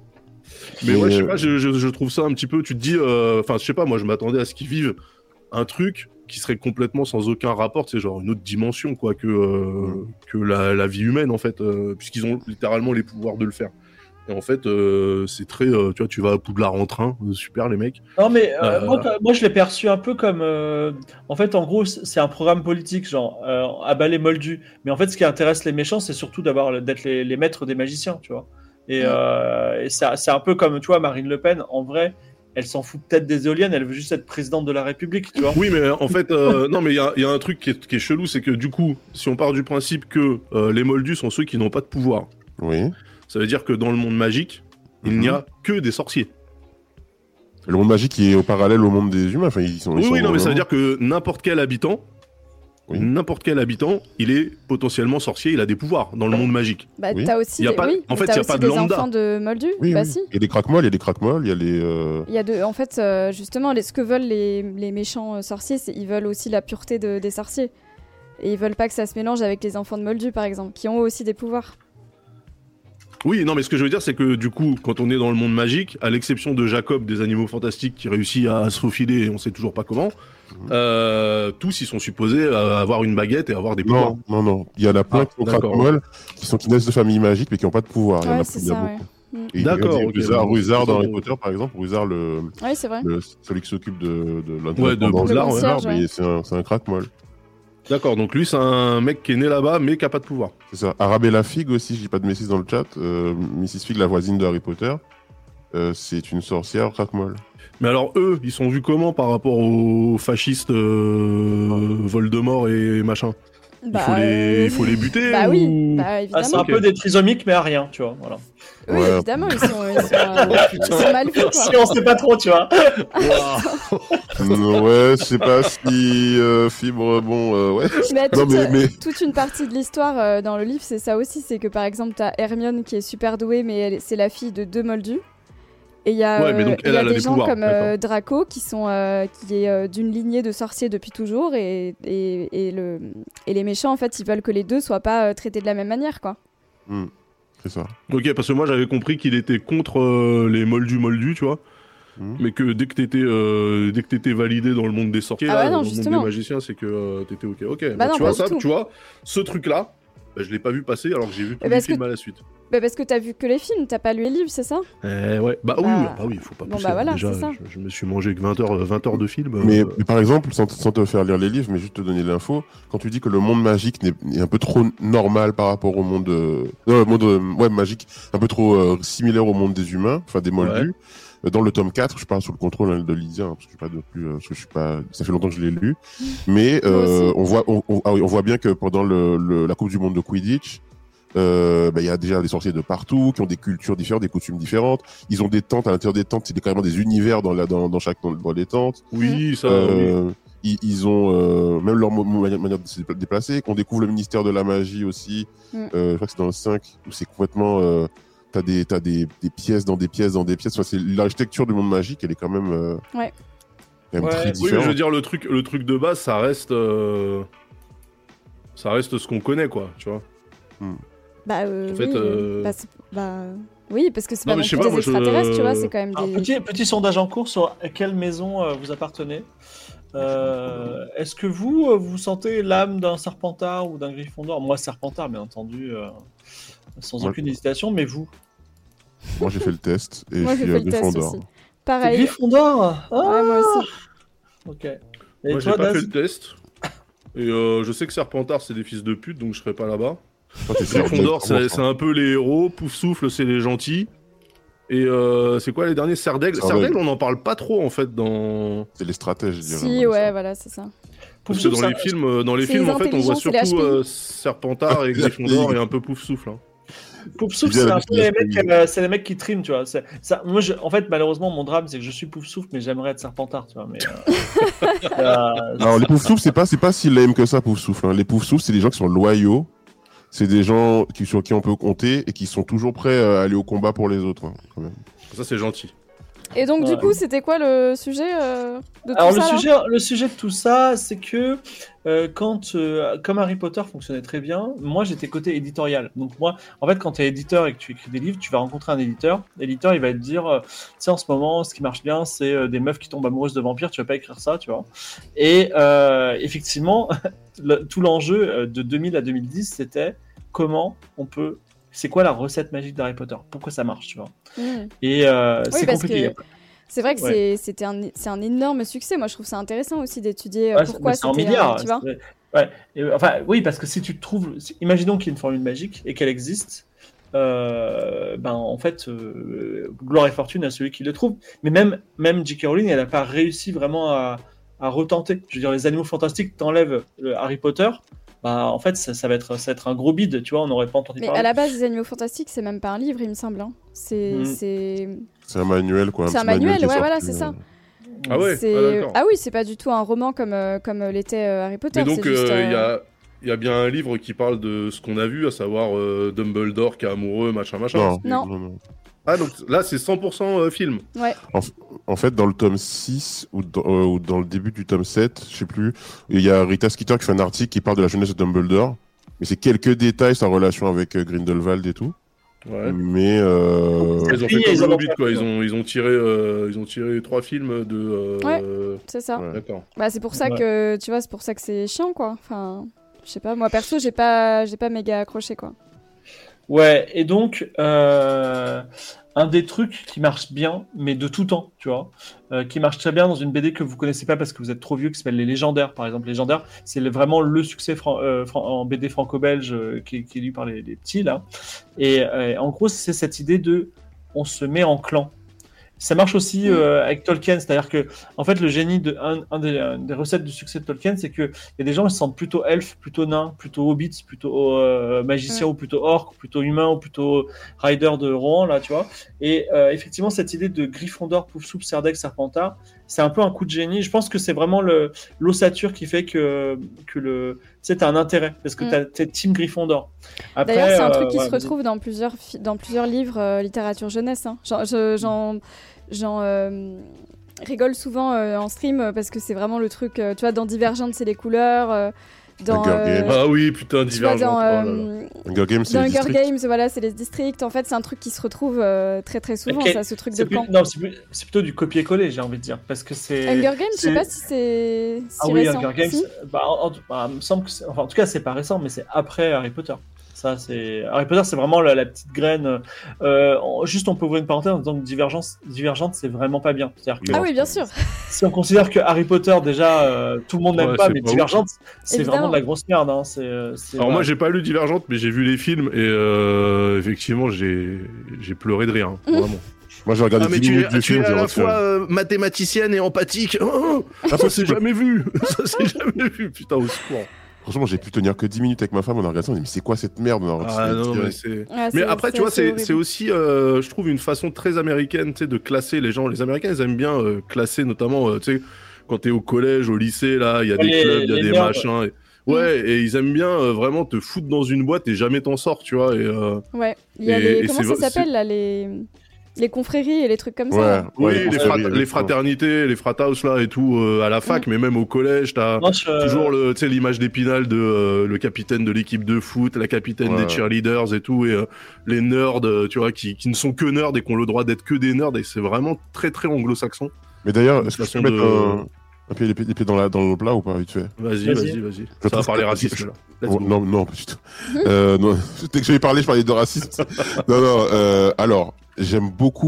Mais ouais, je sais
Mais,
pas, je trouve ça un petit peu. Tu te dis, enfin, je sais pas, moi, je m'attendais à ce qu'ils vivent un truc qui serait complètement sans aucun rapport, c'est genre une autre dimension, quoi, que la vie humaine, en fait, puisqu'ils ont littéralement les pouvoirs de le faire. Et en fait, c'est très, tu vois, tu vas à Poudlard en train, super les mecs.
Non, mais
Euh,
moi, je l'ai perçu un peu comme. En fait, en gros, c'est un programme politique, genre, abat les moldus. Mais en fait, ce qui intéresse les méchants, c'est surtout d'être les maîtres des magiciens, tu vois. Et c'est un peu comme, tu vois, Marine Le Pen, en vrai, elle s'en fout peut-être des éoliennes, elle veut juste être présidente de la République, tu vois.
Oui, mais en fait, non, mais il y a un truc qui est chelou, c'est que du coup, si on part du principe que les Moldus sont ceux qui n'ont pas de pouvoir,
Oui.
ça veut dire que dans le monde magique, il n'y a que des sorciers.
Le monde magique qui est au parallèle au monde des humains. Enfin, ils sont.
Oui, non, mais ça veut dire que n'importe quel habitant,
Oui.
il est potentiellement sorcier, il a des pouvoirs dans le monde magique.
Bah,
Oui.
t'as aussi,
Y a pas-
oui,
en fait,
t'as
y a
aussi
pas de
des
lambda.
enfants de Moldus.
Oui,
Bah
oui.
si.
Il y a des craquemolles, il y a les.
Il y a en fait, justement, ce que veulent les méchants sorciers, c'est ils veulent aussi la pureté des sorciers. Et ils veulent pas que ça se mélange avec les enfants de Moldus, par exemple, qui ont aussi des pouvoirs.
Oui, non, mais ce que je veux dire, c'est que du coup, quand on est dans le monde magique, à l'exception de Jacob des Animaux Fantastiques qui réussit à se faufiler et on sait toujours pas comment, tous ils sont supposés avoir une baguette et avoir des pouvoirs.
Non. Il y en a plein
Ah,
qui sont
d'accord.
craquemolles, qui naissent de familles magiques, mais qui n'ont pas de pouvoir. Il y en
Ouais,
a
c'est
il y a
ça,
beaucoup.
ouais.
Et
D'accord,
il y a
ok.
Rusard dans
Ouais.
Harry Potter, par exemple. Rusard,
Oui, c'est vrai.
celui qui s'occupe de
Ouais, de Poudlard,
ouais. concierge,
mais c'est un craquemolle.
D'accord, donc lui, c'est un mec qui est né là-bas, mais qui a pas de pouvoir.
C'est ça. Arabella Fig aussi, je dis pas de Mrs dans le chat. Mrs Fig, la voisine de Harry Potter, c'est une sorcière craquemolle.
Mais alors, eux, ils sont vus comment par rapport aux fascistes Voldemort et machin? Il faut les buter
Bah
ou...
oui, bah évidemment.
C'est un peu des trisomiques, mais à rien, tu vois. Voilà.
Oui,
Ouais.
évidemment, ils sont mal vus, quoi.
Si on sait pas trop, tu vois.
Ouais, je sais pas si Fibre, ouais.
Mais
Non, mais-
toute une partie de l'histoire dans le livre, c'est ça aussi, c'est que par exemple, t'as Hermione qui est super douée, mais c'est la fille de 2 Moldus. Et il y a,
Ouais, mais donc,
il y
elle
a
a
des
des
gens
pouvoirs,
comme
d'accord.
Draco qui est d'une lignée de sorciers depuis toujours, et les méchants, en fait, ils veulent que les deux soient pas traités de la même manière, quoi.
C'est ça.
Ok, parce que moi j'avais compris qu'il était contre les moldus, tu vois. Mais que dès que t'étais validé dans le monde des sorciers,
Ah ouais, non,
dans le monde
justement.
des magiciens, c'est que t'étais ok. Ok.
Bah non,
tu vois
pas du tout.
tu vois, ce truc-là, je l'ai pas vu passer alors que j'ai vu tous les
parce que-
films à la suite.
Bah parce que t'as vu que les films, t'as pas lu les livres, c'est ça?
Ouais. Bah oui, faut pas
Bon,
pousser.
bah voilà,
Déjà,
c'est ça.
je me suis mangé que 20 heures de film.
Mais par exemple, sans te faire lire les livres, mais juste te donner l'info, quand tu dis que le monde magique est un peu trop normal par rapport au monde, non, le monde magique, un peu trop similaire au monde des humains, enfin des moldus. Dans le tome 4, je parle sous le contrôle de Lydia, parce que je suis pas parce que je suis pas, ça fait longtemps que je l'ai lu, mais
Moi aussi.
on voit bien que pendant la Coupe du Monde de Quidditch, il y a déjà des sorciers de partout qui ont des cultures différentes, des coutumes différentes. Ils ont des tentes, à l'intérieur des tentes, c'est carrément des univers dans les tentes.
oui, ça. Oui.
Ils ont même leur manière de se déplacer. On découvre le ministère de la magie aussi. Je crois que c'est dans le 5 où c'est complètement t'as des pièces dans des pièces dans des pièces. Enfin, c'est l'architecture du monde magique, elle est quand même
Ouais.
très
Oui, mais
différente.
je veux dire le truc de base, ça reste ce qu'on connaît, quoi, tu vois.
Bah
En fait,
oui, parce que c'est
Non,
pas
mais
non
je sais
plus
pas,
des
moi,
extraterrestres, tu vois, c'est quand même
Alors,
des...
petit sondage en cours sur à quelle maison vous appartenez. Est-ce que vous sentez l'âme d'un Serpentard ou d'un Gryffondor? Moi, Serpentard, bien entendu, sans
Ouais.
aucune hésitation, mais vous?
Moi, j'ai fait le test et
Moi,
je
j'ai
suis
fait
à
le test
Gryffondor.
aussi.
C'est
Pareil.
Gryffondor. Ah,
Ouais, moi aussi.
ok. Et
Moi, j'ai
toi,
pas
Daz?
fait le test. Et je sais que Serpentard, c'est des fils de pute, donc je serai pas là-bas.
Toi, t'es sûr,
Gryffondor,
clairement,
c'est un peu les héros. Poufsouffle, c'est les gentils. Et c'est quoi les derniers? Serdaigle. Serdaigle, on en parle pas trop en fait dans.
c'est les stratèges, je dirais.
Si, ouais, voilà, c'est ça.
Parce que
Poufsouffle,
dans les
c'est
films
les
en fait, on voit
intelligents, c'est les
surtout
HPI.
Serpentard et Gryffondor et un peu Poufsouffle. Hein.
Poufsouffle,
Bien,
c'est un
la
peu les
business
mecs, c'est les mecs qui triment, tu vois. Moi, en fait, malheureusement, mon drame, c'est que je suis Poufsouffle, mais j'aimerais être Serpentard, tu vois. Mais,
Alors, les Poufsouffles, c'est pas si lame que ça, Poufsouffle. Hein. Les Poufsouffles, c'est des gens qui sont loyaux. C'est des gens sur qui on peut compter et qui sont toujours prêts à aller au combat pour les autres, hein, quand même.
Ça, c'est gentil.
Et donc,
Ouais.
du coup, c'était quoi le sujet de tout
Alors
ça, là
le sujet de tout ça, c'est que comme Harry Potter fonctionnait très bien, moi j'étais côté éditorial. Donc moi, en fait, quand tu es éditeur et que tu écris des livres, tu vas rencontrer un éditeur. L'éditeur, il va te dire, tu sais, en ce moment, ce qui marche bien, c'est des meufs qui tombent amoureuses de vampires. Tu vas pas écrire ça, tu vois. Et effectivement, tout l'enjeu de 2000 à 2010, c'était comment on peut. C'est quoi la recette magique d'Harry Potter? Pourquoi ça marche, tu vois? Et c'est
parce
compliqué.
que c'est vrai que
Ouais.
c'est un énorme succès. Moi, je trouve ça intéressant aussi d'étudier
Ouais,
pourquoi
c'est en
c'était
milliards.
tu vois.
Ouais. Enfin, oui, parce que si tu te trouves, imaginons qu'il y ait une formule magique et qu'elle existe, en fait, gloire et fortune à celui qui le trouve. Mais même J.K. Rowling, elle n'a pas réussi vraiment à retenter. Je veux dire, les animaux fantastiques, t'enlèves Harry Potter, bah en fait, ça va être un gros bide, tu vois, on n'aurait pas entendu
Mais
parler.
à la base, les animaux fantastiques, c'est même pas un livre, il me semble. Hein. C'est
C'est un manuel, quoi.
C'est un
petit manuel
manuel,
qui est
ouais, voilà,
sorti,
c'est ça.
Ah ouais. D'accord.
Ah oui, c'est pas du tout un roman comme l'était Harry Potter.
Mais donc,
c'est juste,
il y a bien un livre qui parle de ce qu'on a vu, à savoir Dumbledore qui est amoureux, machin.
Non.
Ah, donc là, c'est 100% film.
Ouais.
En fait, dans le tome 6 ou dans le début du tome 7, je sais plus, il y a Rita Skeeter qui fait un article qui parle de la jeunesse de Dumbledore. Mais c'est quelques détails, sa relation avec Grindelwald et tout.
Ouais.
Mais
Ils ont fait
Ils
comme
ont
le Hobbit,
fait,
quoi.
ouais.
Ils ont tiré 3 films de.
Ouais. C'est ça.
Ouais.
D'accord.
Bah, c'est pour ça
Ouais.
que, tu vois, c'est pour ça que c'est chiant, quoi. Enfin, je sais pas, moi perso, j'ai pas méga accroché, quoi.
Ouais, et donc, un des trucs qui marche bien, mais de tout temps, tu vois, qui marche très bien dans une BD que vous connaissez pas parce que vous êtes trop vieux, qui s'appelle Les Légendaires, par exemple. Légendaires, c'est vraiment le succès en BD franco-belge qui est lu par les petits, là. Et en gros, c'est cette idée de on se met en clan. Ça marche aussi avec Tolkien, c'est-à-dire que en fait le génie des recettes du succès de Tolkien, c'est que il y a des gens qui se sentent plutôt elfes, plutôt nains, plutôt hobbits, plutôt magiciens ou plutôt orques, ou plutôt humains ou plutôt riders de Rohan là, tu vois. Et effectivement cette idée de Gryffondor, Poufsouffle, Serdaigle, Serpentard, c'est un peu un coup de génie. Je pense que c'est vraiment l'ossature qui fait que tu sais, t'as un intérêt parce que t'es team Gryffondor. Après,
d'ailleurs, c'est un truc qui se retrouve dans plusieurs livres littérature jeunesse. Hein. J'en rigole souvent en stream parce que c'est vraiment le truc. Tu vois, dans Divergente, c'est les couleurs.
Ah oui, putain, Divergente.
Hunger Games, c'est
dans
les
Hunger
districts.
Games, voilà, c'est les districts. En fait, c'est un truc qui se retrouve très très souvent,
Okay.
ça, ce truc de camp.
Non, c'est plutôt du copier-coller, j'ai envie de dire, parce que c'est.
Hunger Games, je sais pas si c'est si
oui,
récent.
Hunger Games.
Si
Il me semble que en tout cas, c'est pas récent, mais c'est après Harry Potter. Ça, c'est Harry Potter, c'est vraiment la petite graine. Juste, on peut ouvrir une parenthèse en disant que Divergente, c'est vraiment pas bien. C'est-à-dire que,
ah oui, bien sûr.
si on considère que Harry Potter, déjà, tout le monde n'aime pas, mais
pas
Divergente, c'est
Évidemment.
vraiment de la grosse merde. Hein.
Alors moi, j'ai pas lu Divergente, mais j'ai vu les films et effectivement, j'ai pleuré de rire, hein, vraiment.
Moi, j'ai regardé 10 minutes du film.
Tu es à la
j'ai
fois mathématicienne et empathique. Ça s'est jamais vu. Ça s'est jamais vu. Putain, au secours.
Franchement, j'ai pu tenir que 10 minutes avec ma femme, on a regardé ça, on a dit, mais c'est quoi cette merde?
Ah non, mais c'est...
Ah,
Mais après, tu vois, c'est
horrible.
aussi, je trouve, une façon très américaine, tu sais, de classer les gens. Les Américains, ils aiment bien classer, notamment, tu sais, quand t'es au collège, au lycée, là, il y a des clubs, il y a des
nerds,
machins. Ouais, et ils aiment bien vraiment te foutre dans une boîte et jamais t'en sors, tu vois. Et,
Ouais, il y a
et
comment ça s'appelle là, les confréries et les trucs comme ça.
Ouais,
là.
oui,
ouais,
les fraternités, les frathouse là et tout à la fac, mais même au collège, t'as toujours tu sais, l'image d'Épinal de le capitaine de l'équipe de foot, la capitaine des cheerleaders et tout, et les nerds, tu vois, qui ne sont que nerds et qui ont le droit d'être que des nerds, et c'est vraiment très très anglo-saxon.
Mais d'ailleurs, est-ce que
façon
tu peux mettre un pied l'épée dans le plat ou pas, vite fait?
Vas-y. Ça va parler racisme là.
Non, pas du tout. Non, dès que j'avais parlé, je parlais de racisme. Non, alors, j'aime beaucoup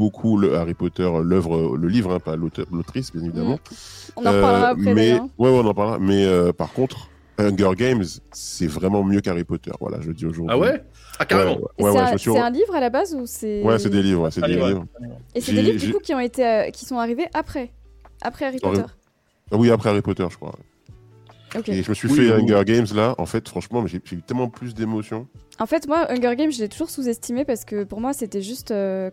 le Harry Potter, l'œuvre, le livre, hein, pas l'autrice, bien évidemment.
On en reparlera après,
mais,
d'ailleurs.
ouais, on en parlera. Mais par contre, Hunger Games, c'est vraiment mieux qu'Harry Potter. Voilà, je le dis aujourd'hui.
Ah ouais? Ah carrément.
C'est un livre à la base ou c'est...
Ouais, c'est des livres. C'est des livres.
Et c'est des livres du coup qui sont arrivés après Harry Potter.
Ah oui, après Harry Potter, je crois.
Okay.
Et je me suis fait Hunger Games là. En fait, franchement, j'ai eu tellement plus d'émotions.
En fait, moi, Hunger Games, je l'ai toujours sous-estimé parce que pour moi, c'était juste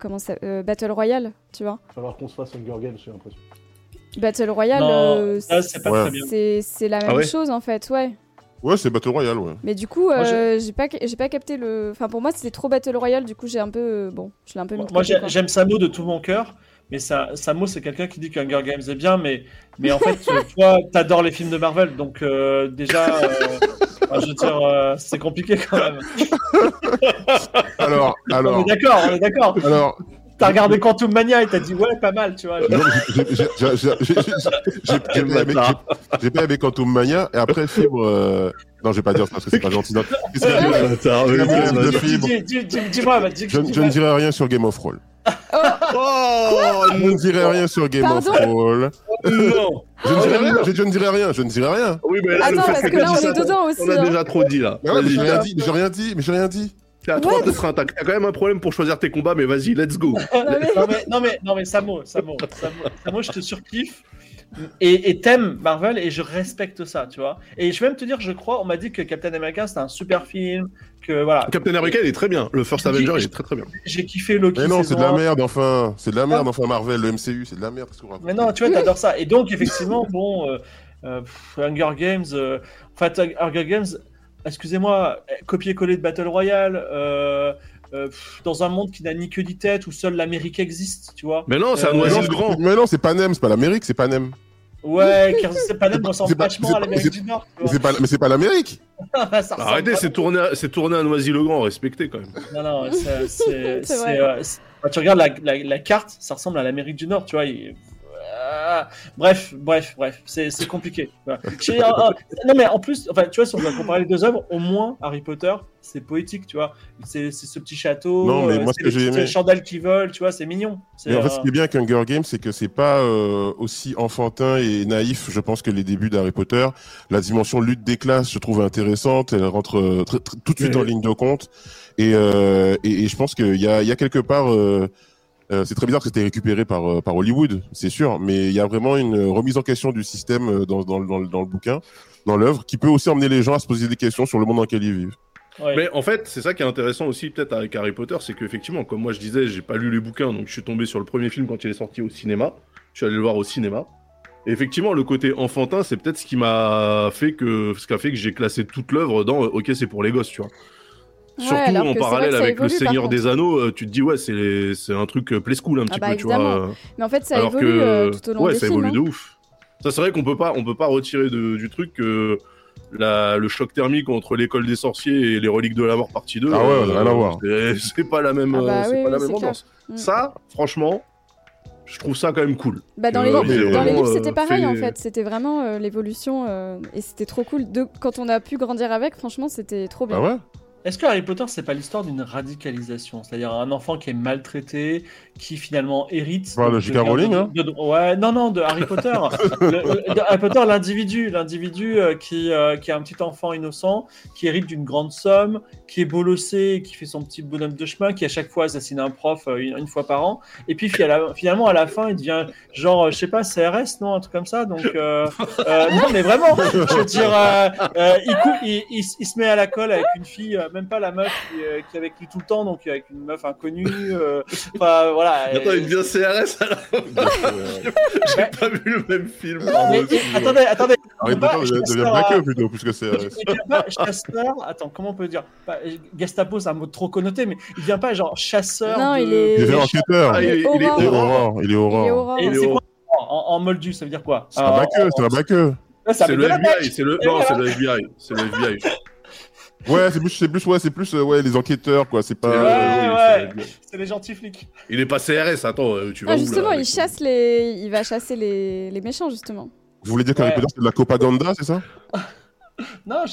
Battle Royale, tu vois.
Il va falloir qu'on se fasse Hunger Games, j'ai l'impression.
Battle Royale,
c'est pas très bien.
C'est la même chose en fait, ouais.
Ouais, c'est Battle Royale, ouais.
Mais du coup, j'ai pas capté le. Enfin, pour moi, c'était trop Battle Royale. Du coup, j'ai un peu, je l'ai un peu mis de
Moi,
côté, quoi.
j'aime Samo de tout mon cœur. Mais Samo, c'est quelqu'un qui dit que Hunger Games est bien, mais en fait, toi, t'adores les films de Marvel, donc déjà, je veux dire, c'est compliqué quand même.
Alors.
On est d'accord.
Alors.
T'as regardé Quantum Mania et t'as dit ouais, pas mal, tu vois.
J'ai pas aimé Quantum Mania et après Fibre. Non, je vais pas dire ça parce que c'est pas gentil. Non.
Dis-moi, dis
je ne dirai rien sur Game of Thrones. Je ne dirai rien sur Game of Thrones.
Non.
Je ne dirai rien.
Oui, mais là,
attends, parce que là, on est dedans aussi.
On a déjà trop dit là.
Mais j'ai rien dit.
T'as quand même un problème pour choisir tes combats, mais vas-y, let's go.
Non mais Samo, je te surkiffe et t'aimes Marvel et je respecte ça, tu vois. Et je vais même te dire, je crois, on m'a dit que Captain America c'était un super film, que voilà.
Captain America il est très bien, le First Avenger il est très très bien.
J'ai kiffé Loki.
Mais non, c'est de la merde, enfin. C'est de la merde, enfin, Marvel, le MCU, c'est de la merde.
Mais non, tu vois, t'adores ça. Et donc, effectivement, bon, Hunger Games, Hunger Games. Excusez-moi, copier-coller de Battle Royale dans un monde qui n'a ni queue ni tête où seule l'Amérique existe, tu vois.
Mais non, c'est un Noisy le Grand.
Mais non, c'est Panem, c'est pas l'Amérique, c'est Panem.
Ouais, c'est Panem ressemble vachement à l'Amérique du Nord.
Mais c'est pas l'Amérique.
Arrêtez, c'est tourné à Noisy le Grand, respectez quand même.
Non, tu regardes la carte, ça ressemble à l'Amérique du Nord, tu vois. Bref, c'est compliqué. Voilà. Non mais en plus, enfin, tu vois, si on doit comparer les deux œuvres, au moins Harry Potter, c'est poétique, tu vois. C'est ce petit château,
non, mais moi,
c'est les chandelles qui volent, tu vois, c'est mignon.
Mais en fait, ce qui est bien avec Hunger Games, c'est que c'est pas aussi enfantin et naïf, je pense, que les débuts d'Harry Potter. La dimension lutte des classes, je trouve intéressante. Elle rentre tout de suite en ligne de compte. Et je pense qu'il y a quelque part c'est très bizarre que c'était récupéré par Hollywood, c'est sûr, mais il y a vraiment une remise en question du système dans le bouquin, dans l'œuvre, qui peut aussi emmener les gens à se poser des questions sur le monde dans lequel ils vivent.
Ouais.
Mais en fait, c'est ça qui est intéressant aussi peut-être avec Harry Potter, c'est qu'effectivement, comme moi je disais, j'ai pas lu les bouquins, donc je suis tombé sur le premier film quand il est sorti au cinéma. Je suis allé le voir au cinéma. Et effectivement, le côté enfantin, c'est peut-être ce qui a fait que j'ai classé toute l'œuvre dans OK, c'est pour les gosses, tu vois.
Ouais,
Surtout
alors
en
que c'est
parallèle
vrai que ça
avec le
évolue, par
Seigneur
contre.
des Anneaux, tu te dis ouais, c'est un truc play school un petit peu, tu
évidemment.
vois.
Mais en fait, ça
Alors
évolue
que
tout au long
ouais,
des
ça
films.
évolue
hein.
de ouf. Ça c'est vrai qu'on peut pas retirer du truc que le choc thermique entre l'école des sorciers et les reliques de la mort partie 2.
Ah ouais, rien à voir.
C'est pas la même
Ah bah
c'est
oui,
pas la
oui,
même
c'est
ambiance.
clair. Mm.
Ça, franchement, je trouve ça quand même cool.
Bah, dans
Que,
les
non, mais
livres, dans les
vraiment,
livres, c'était pareil
fait-
en fait. C'était vraiment l'évolution et c'était trop cool. Quand on a pu grandir avec, franchement, c'était trop bien.
Ah ouais?
Est-ce que Harry Potter, c'est pas l'histoire d'une radicalisation? C'est-à-dire un enfant qui est maltraité, qui finalement hérite.
Voilà,
donc
J.K.
devient
Rowling, hein?
Ouais, non, de Harry Potter. De Harry Potter, l'individu qui est un petit enfant innocent, qui hérite d'une grande somme, qui est bolossé, qui fait son petit bonhomme de chemin, qui à chaque fois assassine un prof une fois par an. Et puis finalement, à la fin, il devient genre, je sais pas, CRS, non, un truc comme ça. Donc, non, mais vraiment, je veux dire, il se met à la colle avec une fille. Même pas la meuf qui est avec lui tout le temps, donc avec une meuf inconnue. Enfin, voilà.
Attends, il devient CRS alors. J'ai
Ouais.
pas vu le même film.
Mais,
pardon.
attendez.
Harry Potter devient braqueux plutôt, plus que CRS.
Il devient pas chasseur. Attends, comment on peut dire Gestapo, c'est un mot trop connoté, mais il devient pas genre chasseur.
Non,
de...
il est-
Il devient enquêteur.
Ah,
Il est
il est
Aurore.
Il est
Aurore.
Aurore. Il est
Il est
Aurore.
Aurore.
Et
Il est
c'est
au-
quoi en moldu, ça veut dire quoi?
C'est un baqueux, c'est un baqueux.
Ouais, ça
C'est
veut
le
dire la
FBI,
bac.
c'est le
Et
non,
voilà.
c'est le FBI, c'est le FBI.
Ouais, c'est plus les enquêteurs, quoi. C'est
C'est le-
pas.
oui,
ouais.
c'est le FBI.
C'est les gentils flics.
Il est pas CRS, attends, tu vas
Ah,
où
justement,
là,
il
avec-
chasse il va chasser les méchants justement.
Vous voulez dire qu'Harry
Ouais.
Potter, c'est de la propaganda, c'est ça?
Non,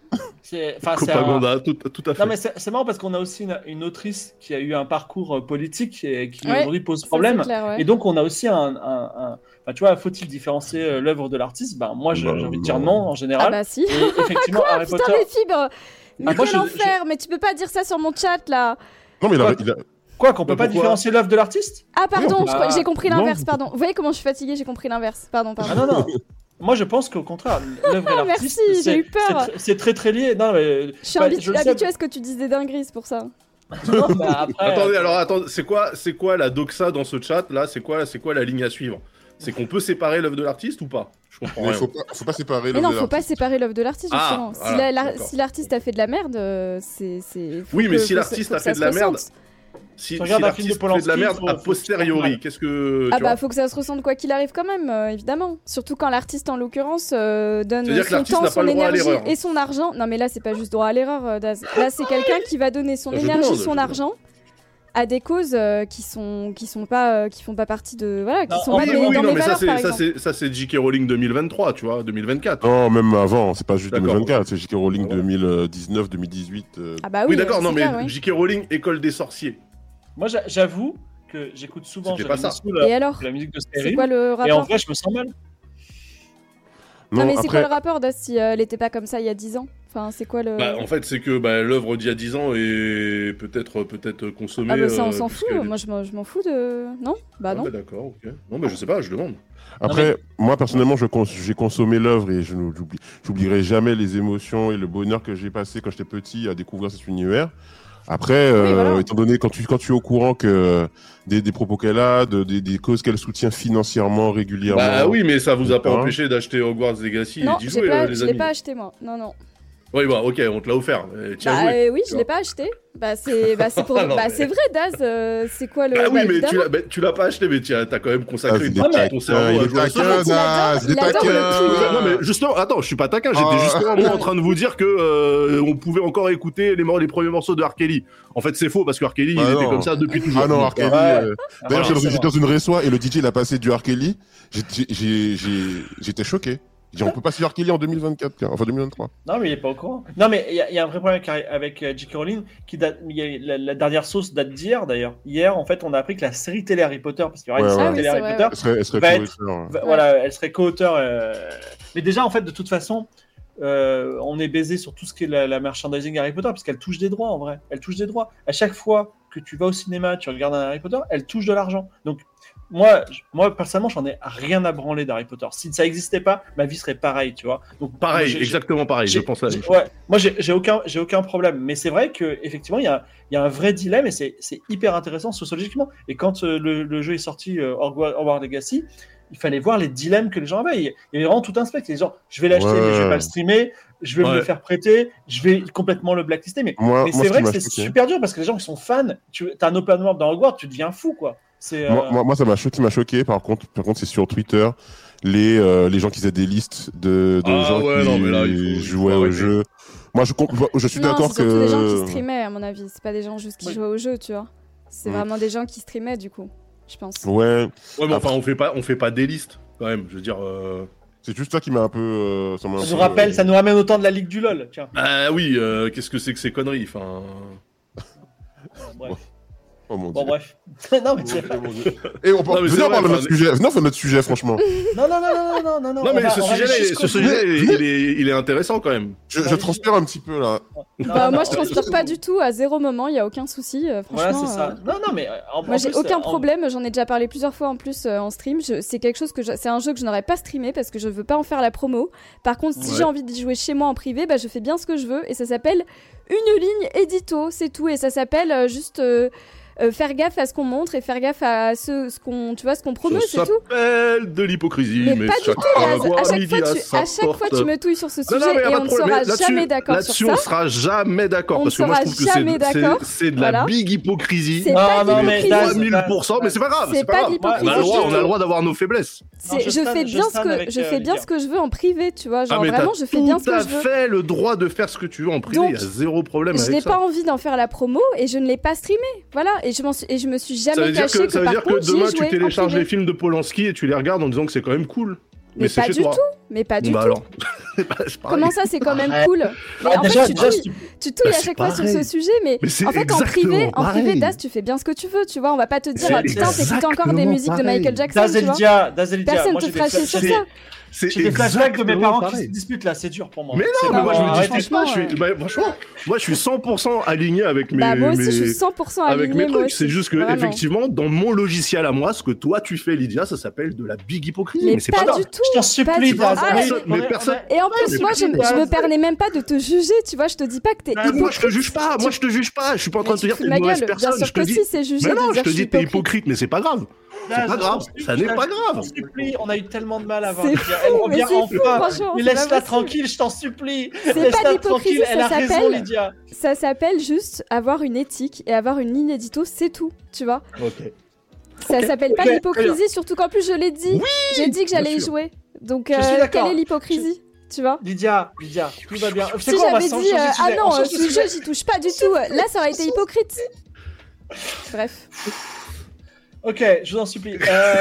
enfin, c'est un...
Propaganda, tout à fait.
Non, mais c'est marrant parce qu'on a aussi une autrice qui a eu un parcours politique et qui
Ouais,
aujourd'hui pose
Ça,
problème.
c'est clair, ouais.
Et donc, on a aussi enfin, tu vois, faut-il différencier l'œuvre de l'artiste? Ben, moi, j'ai envie de dire non en
Ah
général.
bah si.
Et effectivement, Harry
Putain,
Potter.
les fibres. Mais
Ah, moi,
quel enfer. Mais tu peux pas dire ça sur mon chat là.
Non, mais
Ouais. Quoi, qu'on peut
Mais
pas
pourquoi
différencier l'œuvre de l'artiste?
Ah pardon,
on
peut-
j'ai compris
Non.
l'inverse, pardon. Vous voyez comment je suis fatiguée, j'ai compris l'inverse. Pardon.
Ah non, non. Moi, je pense qu'au contraire, l'œuvre et l'artiste,
Merci, j'ai eu peur.
c'est très très lié. Non, mais
Je suis
bah, je le sais.
habituée à ce que tu dises des dingueries, c'est pour ça.
Non, mais après,
Attendez, alors attends, c'est quoi la doxa dans ce chat là? C'est quoi la ligne à suivre? C'est qu'on peut séparer l'œuvre de l'artiste ou pas? Je comprends
Mais
rien.
faut pas séparer
Mais non,
l'œuvre
faut
de
pas séparer l'œuvre de l'artiste,
Ah,
justement.
voilà, d'accord.
Si l'artiste a fait de la merde, c'est. faut
Oui, mais
que-
si
faut-
l'artiste
faut
a
que ça
fait de
se
la merde,
ressente.
Si
Tu regardes un
l'artiste
film de
fait de la
Polanski,
merde
faut-
a
faut
posteriori,
mal.
qu'est-ce que
Ah
tu
bah
vois?
faut que ça se ressente quoi qu'il arrive quand même, évidemment. Surtout quand l'artiste en l'occurrence donne
C'est-à-dire que
son
l'artiste
temps,
n'a pas
son
le droit à
énergie
l'erreur.
et son argent. Non mais là c'est pas juste droit à l'erreur, Daz. Là c'est quelqu'un qui va donner son
Je
énergie,
demande,
son
je
argent à des causes qui font pas partie de qui
Non,
sont
en
pas
fait,
dans
Oui,
mes
non, mais
valeurs par exemple.
ça c'est J.K. Rowling 2023, tu vois, 2024.
Non, même avant, c'est pas juste
D'accord.
2024, c'est J.K. Rowling
Ah ouais.
2019, 2018.
Ah bah oui.
d'accord, non,
c'est
mais
clair, ouais.
J.K. Rowling, école des sorciers.
moi, j'avoue que j'écoute souvent
C'était pas
Jérémy
ça.
Soul,
Et alors,
la musique de
c'est
Skyrim.
quoi le
Et en
rapport?
vrai, je me sens mal.
Non mais c'est quoi
après,
le rapport Daz si elle était pas comme ça il y a 10 ans? Enfin c'est quoi le
Bah, en fait, c'est que l'œuvre d'il y a 10 ans est peut-être consommée.
Ah bah ça on s'en fout,
puisqu'elle est-
moi je m'en fous de... Non Bah
Ah,
non.
bah, d'accord, ok. Non, mais je sais pas, je demande.
après moi personnellement, j'ai consommé l'œuvre et j'oublierai jamais les émotions et le bonheur que j'ai passé quand j'étais petit à découvrir cet univers. Après,
Oui, voilà.
étant donné quand tu es au courant que des propos qu'elle a, des causes qu'elle soutient financièrement, régulièrement.
Bah oui, mais ça vous a pas
Hein.
empêché d'acheter Hogwarts Legacy
Non,
et d'y jouer, les
je
amis.
l'ai pas acheté moi. Non, non.
Oui, bah ok, on te l'a offert. Tiens,
Bah
joué.
oui, je l'ai pas acheté. Bah c'est pour...
Ah non,
bah
mais-
c'est vrai Daz, c'est quoi le...
Ah oui,
bah,
mais
évidemment.
tu l'as pas acheté, mais t'as quand même
Ah,
consacré
c'est
une
des
partie de
taquins,
ton cerveau
il
à
est
jouer à ce jeu.
taquin,
Il adore-
Daz, il est
il adore
taquin.
le poulet.
Non mais justement, attends, je suis pas taquin, j'étais
Ah.
justement moi en train de vous dire que on pouvait encore écouter les premiers morceaux de R. Kelly. En fait, c'est faux parce que R. Kelly,
Ah
il était
non.
comme ça depuis toujours.
Ah non,
Donc,
R. Kelly.
Ouais.
D'ailleurs,
Voilà,
j'étais
c'est
dans une résoie et le DJ il a passé du R. Kelly. J'étais choqué. J'ai dit, on peut passer du R. Kelly en 2024, enfin 2023.
Non, mais il est pas au courant. Non, mais il y a un vrai problème avec J.K. Rowling. La dernière sauce date d'hier, d'ailleurs. Hier, en fait, on a appris que la série télé Harry Potter, parce qu'il y aura une
Ouais,
série
ouais.
télé
Ah oui,
Harry
c'est vrai,
Potter,
Elle serait
Va
co-auteur.
voilà, elle serait co-auteur. Mais déjà, en fait, de toute façon, on est baisé sur tout ce qui est la merchandising Harry Potter, parce qu'elle touche des droits, en vrai. Elle touche des droits. À chaque fois que tu vas au cinéma, tu regardes un Harry Potter, elle touche de l'argent. Donc, moi, personnellement, j'en ai rien à branler d'Harry Potter. Si ça n'existait pas, ma vie serait pareille, tu vois. Donc,
Pareil,
moi,
exactement pareil, je pense à la même chose.
Ouais, moi, j'ai aucun problème. Mais c'est vrai qu'effectivement, il y a un vrai dilemme et c'est hyper intéressant sociologiquement. Et quand le jeu est sorti, Hogwarts Legacy, il fallait voir les dilemmes que les gens avaient. Il y avait vraiment tout un spectre. Les gens, je vais l'acheter, mais je vais pas le streamer. Je vais me le faire prêter. Je vais complètement le blacklister. Mais c'est vrai que c'est super dur parce que les gens qui sont fans, tu as un open world dans Hogwarts, tu deviens fou, quoi.
Moi, ça m'a choqué. Par contre, c'est sur Twitter. Les gens qui faisaient des listes de gens qui jouaient au jeu. Moi, je suis d'accord que.
C'est surtout des gens qui streamaient, à mon avis. C'est pas des gens juste qui jouaient au jeu, tu vois. C'est vraiment des gens qui streamaient, du coup. Je pense.
Ouais,
mais enfin, on fait pas des listes, quand même. Je veux dire.
C'est juste ça qui m'a un peu.
Ça nous ramène au temps de la Ligue du LoL, tiens.
Ah oui, qu'est-ce que c'est que ces conneries, enfin.
Bref.
Oh mon
Bon,
Dieu.
bref. Non, mais c'est pas.
Et on peut venir parler de notre sujet. Venez, on fait notre sujet, franchement.
Non.
Non, mais ce sujet, il est intéressant quand même.
Je transpire un petit peu là.
Moi, je transpire pas du tout à 0 moment, il y a aucun souci.
Voilà,
Franchement.
c'est ça. Non, mais.
Moi, j'ai aucun problème. J'en ai déjà parlé plusieurs fois en plus en stream. C'est quelque chose c'est un jeu que je n'aurais pas streamé parce que je veux pas en faire la promo. Par contre, si j'ai envie d'y jouer chez moi en privé, je fais bien ce que je veux et ça s'appelle une ligne édito, c'est tout. Et ça s'appelle juste. Faire gaffe à ce qu'on montre et faire gaffe à ce qu'on promeut, c'est tout.
Ça s'appelle de l'hypocrisie,
mais pas du tout. À chaque fois, tu me touilles sur ce sujet et on ne sera jamais d'accord sur ça.
Là-dessus, on sera jamais d'accord parce que moi, je trouve que c'est de la big hypocrisie.
C'est pas de l'hypocrisie.
3000%, mais c'est pas grave.
C'est pas de l'hypocrisie.
On a le droit d'avoir nos faiblesses.
Je fais bien ce que je veux en privé, tu vois. Genre vraiment, je fais bien ce que je veux.
Tu as fait le droit de faire ce que tu veux en privé. Il y a zéro problème avec ça.
Je n'ai pas envie d'en faire la promo et je ne l'ai pas streamé. Voilà. Et je me suis jamais caché
ça veut dire que demain tu télécharges les films de Polanski et tu les regardes en disant que c'est quand même cool.
Mais pas du tout. Mais pas du tout. Comment ça, c'est quand même cool? Mais en fait, tu touilles à chaque fois sur ce sujet, mais en fait, en privé, Das, tu fais bien ce que tu veux, tu vois. On va pas te dire, putain, t'écoutes encore des musiques de Michael Jackson, tu vois. Personne te fera chier sur ça.
J'ai des flashbacks de mes parents qui se disputent là, c'est dur pour moi.
Mais non, moi je me dispute pas, franchement, moi je suis 100% aligné avec mes
moi aussi je suis 100% aligné
avec mes trucs, c'est juste que
vraiment.
effectivement dans mon logiciel à moi, ce que toi tu fais Lydia, ça s'appelle de la big hypocrisie,
mais
c'est
pas
pas
du tout.
Je t'en supplie,
mais personne.
Et en plus moi je me permets même pas de te juger, tu vois, je te dis pas que t'es hypocrite.
Moi je te juge pas, je suis pas en train de te dire que t'es une mauvaise personne,
je te dis c'est jugé.
Mais non, je te dis t'es hypocrite, mais c'est pas grave. C'est pas grave, ça n'est pas grave.
Je t'en supplie, on a eu tellement de mal à voir.
Elle
revient enfin. Mais laisse-la tranquille, je t'en supplie.
C'est pas d'hypocrisie,
elle a raison, Lydia.
Ça s'appelle juste avoir une éthique et avoir une ligne édito, c'est tout, tu vois.
Ok.
Ça s'appelle pas l'hypocrisie, surtout qu'en plus je l'ai dit. J'ai dit que j'allais y jouer. Donc quelle est l'hypocrisie? Tu vois,
Lydia, tout va bien.
Si j'avais dit ah non, ce jeu j'y touche pas du tout, là ça aurait été hypocrite. Bref.
Ok, je vous en supplie.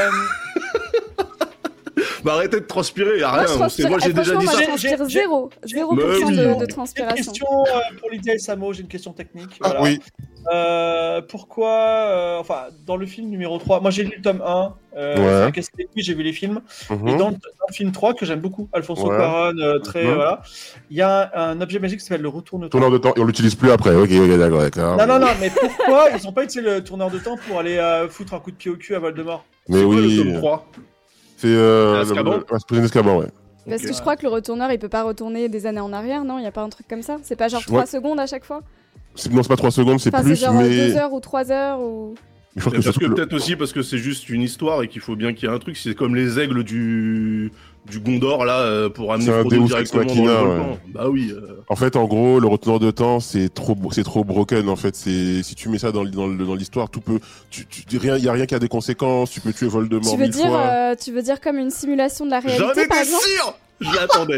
Arrêtez de transpirer, y'a rien. Moi j'ai déjà dit ça.
Je transpire 0% de transpiration.
J'ai une question pour Lydia et Samo, j'ai une question technique.
Ah oui.
Pourquoi, dans le film numéro 3, moi j'ai lu le tome 1, j'ai vu les films, et dans le film 3, que j'aime beaucoup, Alfonso Cuarón, voilà, il y a un objet magique qui s'appelle le retourne-temps.
Tourneur de temps, et on l'utilise plus après, ok, d'accord.
Non, mais pourquoi ils ont pas utilisé le tourneur de temps pour aller foutre un coup de pied au cul à Voldemort?
Mais oui.
Le tome 3.
C'est Azkaban, ouais.
Parce que je crois que le retourneur, il peut pas retourner des années en arrière, non? Il y a pas un truc comme ça? C'est pas genre 3 secondes à chaque fois?
Non, c'est pas 3 secondes, c'est plus,
c'est genre
mais...
2 heures ou 3 heures ou...
Je pense que peut-être aussi parce que c'est juste une histoire et qu'il faut bien qu'il y ait un truc. C'est comme les aigles du Gondor là pour amener Frodo directement dans le volcan. Bah oui.
En fait, en gros, le reteneur de temps, c'est trop broken. En fait, si tu mets ça dans l'histoire, tout peut. Y a rien qui a des conséquences. Tu peux tuer Voldemort mille fois.
Tu veux dire comme une simulation de la réalité,
J'en étais
par exemple?
sûr. Je l'attendais.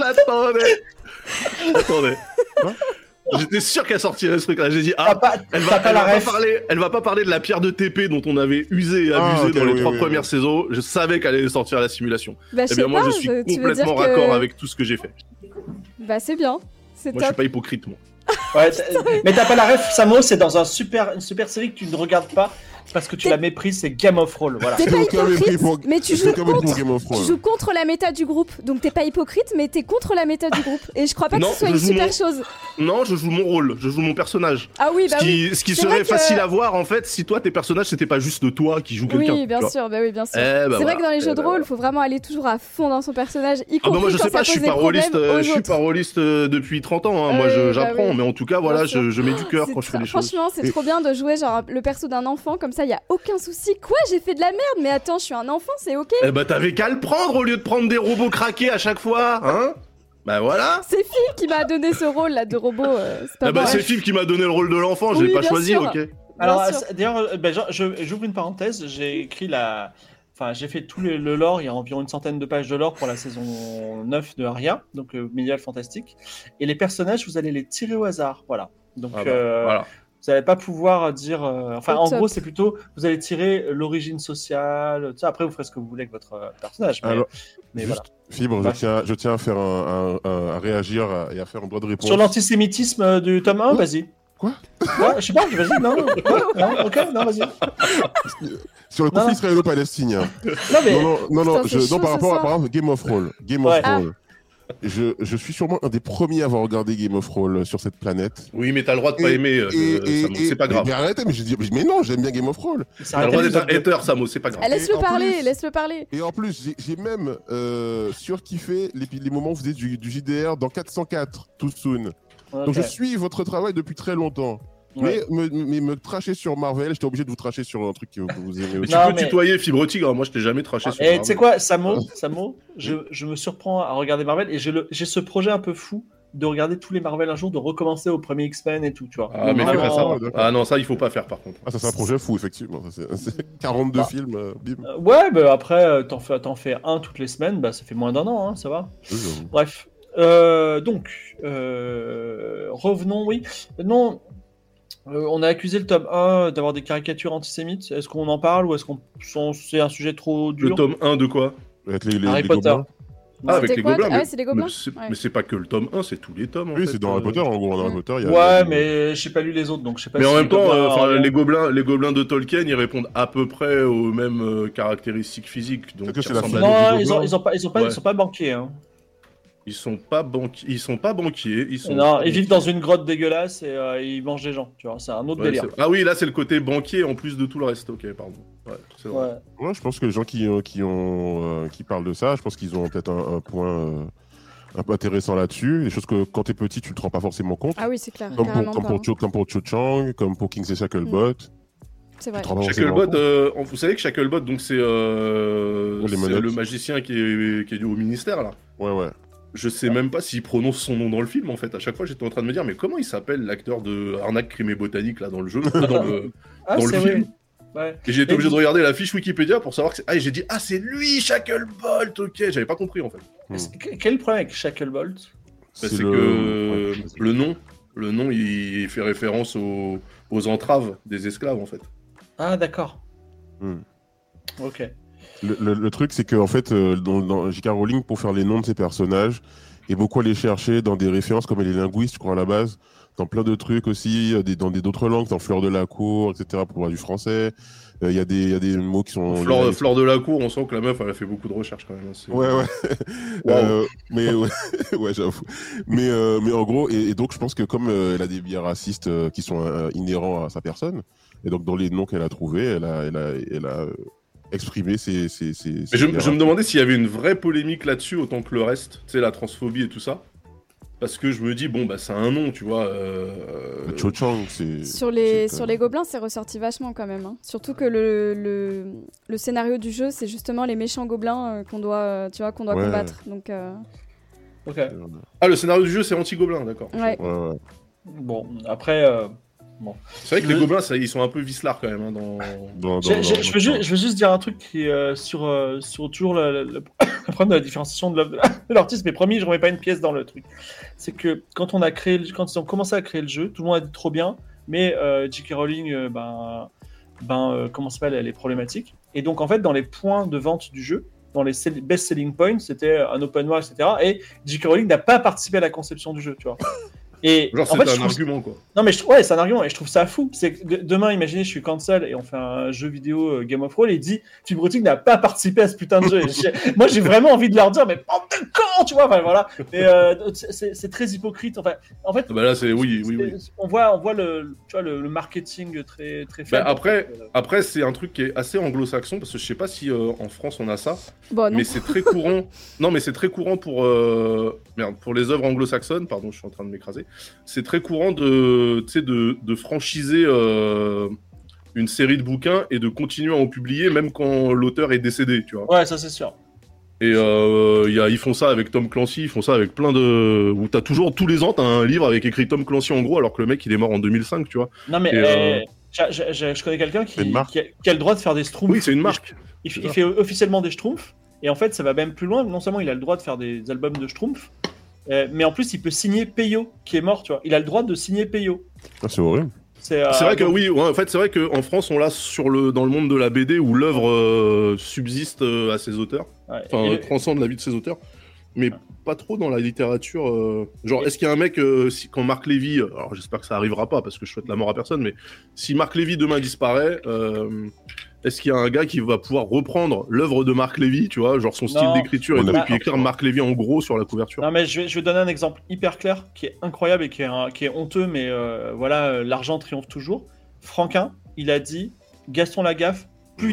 Attendez. J'étais sûr qu'elle sortirait ce truc-là. J'ai dit, elle va pas parler de la pierre de TP dont on avait usé et abusé dans les 3 premières saisons. Je savais qu'elle allait sortir la simulation.
Bah,
eh bien, moi, je suis complètement raccord avec tout ce que j'ai fait.
Bah, c'est bien. C'est
moi, je suis pas hypocrite, moi.
Ouais, mais t'as pas la ref, Samo, c'est dans une super série que tu ne regardes pas. Parce que tu la méprises, c'est Game of Thrones, voilà.
T'es pas hypocrite, mais tu joues
contre
contre la méta du groupe. Donc t'es pas hypocrite, mais t'es contre la méta du groupe. Et je crois pas que ce soit une super chose.
Non, je joue mon rôle, je joue mon personnage.
Ah oui, bah
Ce qui serait facile à voir, en fait, si toi, tes personnages, c'était pas juste de toi qui joue quelqu'un.
Oui, bien sûr. C'est vrai que dans les jeux de rôle, faut vraiment aller toujours à fond dans son personnage, y compris
moi, je
quand
sais pas,
ça pose des problèmes aux autres.
je suis pas rôliste depuis 30 ans. Hein. Moi, j'apprends, mais en tout cas, voilà, je mets du cœur quand je fais les choses.
Franchement, c'est trop bien de jouer genre le perso d'un enfant, comme ça, y a aucun souci. Quoi, j'ai fait de la merde, mais attends, je suis un enfant, c'est ok.
Eh bah, t'avais qu'à le prendre au lieu de prendre des robots craqués à chaque fois, hein. Bah voilà.
C'est Phil qui m'a donné ce rôle là de robot. C'est pas
bah c'est Phil qui m'a donné le rôle de l'enfant, je l'ai pas choisi, ok.
Alors d'ailleurs, j'ouvre une parenthèse, j'ai écrit j'ai fait tout le lore, il y a environ une centaine de pages de lore pour la saison 9 de Aria, donc médiéval fantastique. Et les personnages, vous allez les tirer au hasard, voilà. Donc voilà. Vous n'allez pas pouvoir dire... en gros, c'est plutôt... Vous allez tirer l'origine sociale. Après, vous ferez ce que vous voulez avec votre personnage. Mais
voilà. Fibre, je tiens à faire à réagir et à faire un droit de réponse.
Sur l'antisémitisme du tome 1, vas-y.
Quoi?
Je sais pas, vas-y, non. Vas-y.
Sur le conflit israélo-palestinien. Non, par rapport à Game of Thrones. Je suis sûrement un des premiers à avoir regardé Game of Thrones sur cette planète.
Oui, mais t'as le droit de pas aimer, c'est pas grave.
Mais arrêtez, mais non, j'aime bien Game of Thrones.
T'as le droit d'être un hater, Samo, c'est pas grave.
Laisse-le parler.
Et en plus, j'ai même surkiffé les moments où vous faisiez du JDR dans 404, Too Soon. Okay. Donc je suis votre travail depuis très longtemps. Ouais. Mais me tracher sur Marvel, j'étais obligé de vous tracher sur un truc que vous aimez aussi.
Tu peux tutoyer Fibre Tigre, moi je t'ai jamais traché sur Marvel.
Et tu sais quoi, Samo, je me surprends à regarder Marvel et j'ai ce projet un peu fou de regarder tous les Marvel un jour, de recommencer au premier X-Men et tout, tu vois.
Ah, mais fais pas ça. Ah non, ça il faut pas faire par contre.
Ah, ça c'est un projet fou, effectivement. C'est 42 films, bim.
Ouais, bah après, t'en fais un toutes les semaines, bah ça fait moins d'un an, hein, ça va. Bref. Revenons, oui. Non, on a accusé le tome 1 d'avoir des caricatures antisémites. Est-ce qu'on en parle ou est-ce qu'on c'est un sujet trop dur?
Le tome 1 de quoi?
Avec
Harry Potter.
Avec les gobelins.
Ah, c'est les gobelins.
Mais c'est pas que le tome 1, c'est tous les tomes.
Oui, c'est dans Harry Potter en gros. Dans Harry Potter, il y a.
Ouais, mais j'ai pas lu les autres, donc je sais pas.
Mais en même temps, les gobelins de Tolkien, ils répondent à peu près aux mêmes caractéristiques physiques. Donc
non, ils sont pas banquiers. Hein.
Ils sont pas banquiers.
Ils vivent dans une grotte dégueulasse et ils mangent des gens. Tu vois, c'est un autre délire.
Ah oui, là c'est le côté banquier en plus de tout le reste. Ok, pardon. Ouais, c'est vrai.
Ouais, je pense que les gens qui parlent de ça, je pense qu'ils ont peut-être un point un peu intéressant là-dessus. Les choses que quand t'es petit, tu ne te rends pas forcément compte.
Ah oui, c'est clair.
Comme pour Cho Chang, comme pour Kingsley Shacklebot.
C'est vrai.
Shacklebot, vous savez que Shacklebot, donc c'est le magicien qui est au ministère là.
Ouais.
Je sais même pas s'il prononce son nom dans le film en fait. À chaque fois, j'étais en train de me dire, mais comment il s'appelle l'acteur de Arnaque, Crime et Botanique là dans le jeu, dans le film. Ouais. Et j'ai été obligé de regarder la fiche Wikipédia pour savoir que c'est. Ah, et j'ai dit, c'est lui, Shacklebolt. Ok, j'avais pas compris en fait.
Quel problème avec Shacklebolt?
C'est que le nom, il fait référence aux entraves des esclaves en fait.
Ah d'accord. Ok.
Le truc, c'est que en fait, dans J.K. Rowling, pour faire les noms de ses personnages, et beaucoup aller chercher dans des références comme elle est linguiste, je crois à la base, dans plein de trucs aussi, dans d'autres langues, dans Fleur de la Cour, etc. pour voir du français. Il y a des mots qui sont.
Fleur de la Cour, on sent que la meuf, elle a fait beaucoup de recherches quand même.
Ouais.
Wow.
Ouais, j'avoue. Mais en gros, et donc je pense que comme elle a des biais racistes qui sont inhérents à sa personne, et donc dans les noms qu'elle a trouvés, elle a exprimer ses
mais je me demandais s'il y avait une vraie polémique là-dessus autant que le reste, tu sais, la transphobie et tout ça. Parce que je me dis, bon, bah, c'est un nom, tu vois.
Cho Chang, c'est.
Sur les gobelins, c'est ressorti vachement quand même. Hein. Surtout que le scénario du jeu, c'est justement les méchants gobelins qu'on doit combattre. Donc.
Ok.
Ah, le scénario du jeu, c'est anti-gobelin, d'accord.
Ouais.
Bon, après. Bon.
C'est vrai que les gobelins, ils sont un peu vicelards quand même.
Je veux juste dire un truc qui est sur toujours le problème de la différenciation de l'artiste, mais promis, je remets pas une pièce dans le truc. C'est que quand ils ont commencé à créer le jeu, tout le monde a dit trop bien, mais J.K. Rowling, comment ça s'appelle, elle est problématique. Et donc en fait, dans les points de vente du jeu, dans les best selling points, c'était un open world, etc. Et J.K. Rowling n'a pas participé à la conception du jeu, tu vois. Et
Genre,
en fait,
c'est
je
un
trouve-
argument, quoi.
Non, mais ouais, c'est un argument et je trouve ça fou. C'est que demain, imaginez, je suis cancel et on fait un jeu vidéo Game of Thrones et il dit Fibrotique n'a pas participé à ce putain de jeu. Moi, j'ai vraiment envie de leur dire, mais bande de cons, tu vois. Enfin, voilà. Mais c'est très hypocrite. Enfin, en fait,
Bah là, c'est oui.
on voit tu vois, le marketing très très faible.
Bah, après,
en fait.
après c'est un truc qui est assez anglo-saxon parce que je sais pas si en France on a ça,
Bon, non.
mais c'est très courant. Non, mais c'est très courant pour pour les œuvres anglo-saxonnes. Pardon, je suis en train de m'écraser. C'est très courant de franchiser une série de bouquins et de continuer à en publier même quand l'auteur est décédé, tu vois.
Ouais, ça c'est sûr.
Et ils font ça avec Tom Clancy, ils font ça avec plein de... Où t'as toujours, tous les ans, t'as un livre avec écrit Tom Clancy en gros, alors que le mec il est mort en 2005, tu vois.
Non, mais
Et,
je connais quelqu'un
C'est une marque.
qui a le droit de faire des schtroumpfs.
Oui, c'est une marque.
Il
C'est ça.
fait officiellement des schtroumpfs. Et en fait, ça va même plus loin. Non seulement il a le droit de faire des albums de schtroumpfs, mais en plus, il peut signer Peyo, qui est mort, tu vois. Il a le droit de signer Peyo.
Ah, c'est horrible.
C'est vrai que
donc-
oui, ouais, en fait c'est vrai qu'en France on l'a dans le monde de la BD où l'œuvre subsiste à ses auteurs,
ouais.
enfin
Et-
transcende la vie de ses auteurs, mais
Ouais.
pas trop dans la littérature. Genre
Et-
est-ce qu'il y a un mec, quand Marc Lévy, alors j'espère que ça arrivera pas parce que je souhaite la mort à personne, mais si Marc Lévy demain disparaît, est-ce qu'il y a un gars qui va pouvoir reprendre l'œuvre de Marc Lévy, tu vois, genre son style
Non.
d'écriture et
On
tout,
a-
et puis écrire Marc Lévy en gros sur la couverture.
Non, mais je vais donner un exemple hyper clair qui est incroyable et qui est honteux, mais voilà, l'argent triomphe toujours. Franquin, il a dit Gaston Lagaffe,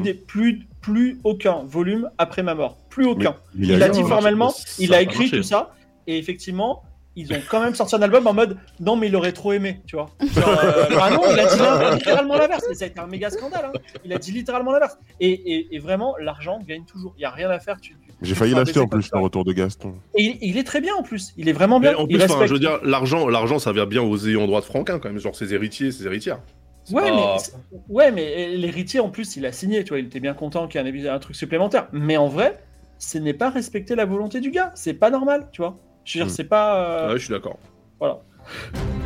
plus aucun volume après ma mort. Plus aucun.
Mais
Il l'a
eu
dit
un-
formellement,
ça
il
a
a
pas
écrit
marché.
tout ça, et effectivement, ils ont quand même sorti un album en mode non, mais il aurait trop aimé, tu vois. Genre, ah non, il a dit littéralement l'inverse, mais ça a été un méga scandale. Hein. Il a dit littéralement l'inverse. Et vraiment, l'argent gagne toujours. Il n'y a rien à faire.
J'ai failli
feras
l'acheter en
baisser comme
plus,
ça.
le retour de Gaston.
Et il est très bien en plus. Il est vraiment bien.
Mais en
il
plus, enfin,
respecte.
je veux dire, l'argent, ça vient bien aux ayants droit de Franquin quand même, genre ses héritiers, ses héritières. C'est
Ouais,
pas-
mais l'héritier en plus, il a signé, tu vois, il était bien content qu'il y ait un truc supplémentaire. Mais en vrai, ce n'est pas respecter la volonté du gars, c'est pas normal, tu vois. Je veux dire,
Mm.
c'est pas.
Ouais, je suis d'accord.
Voilà.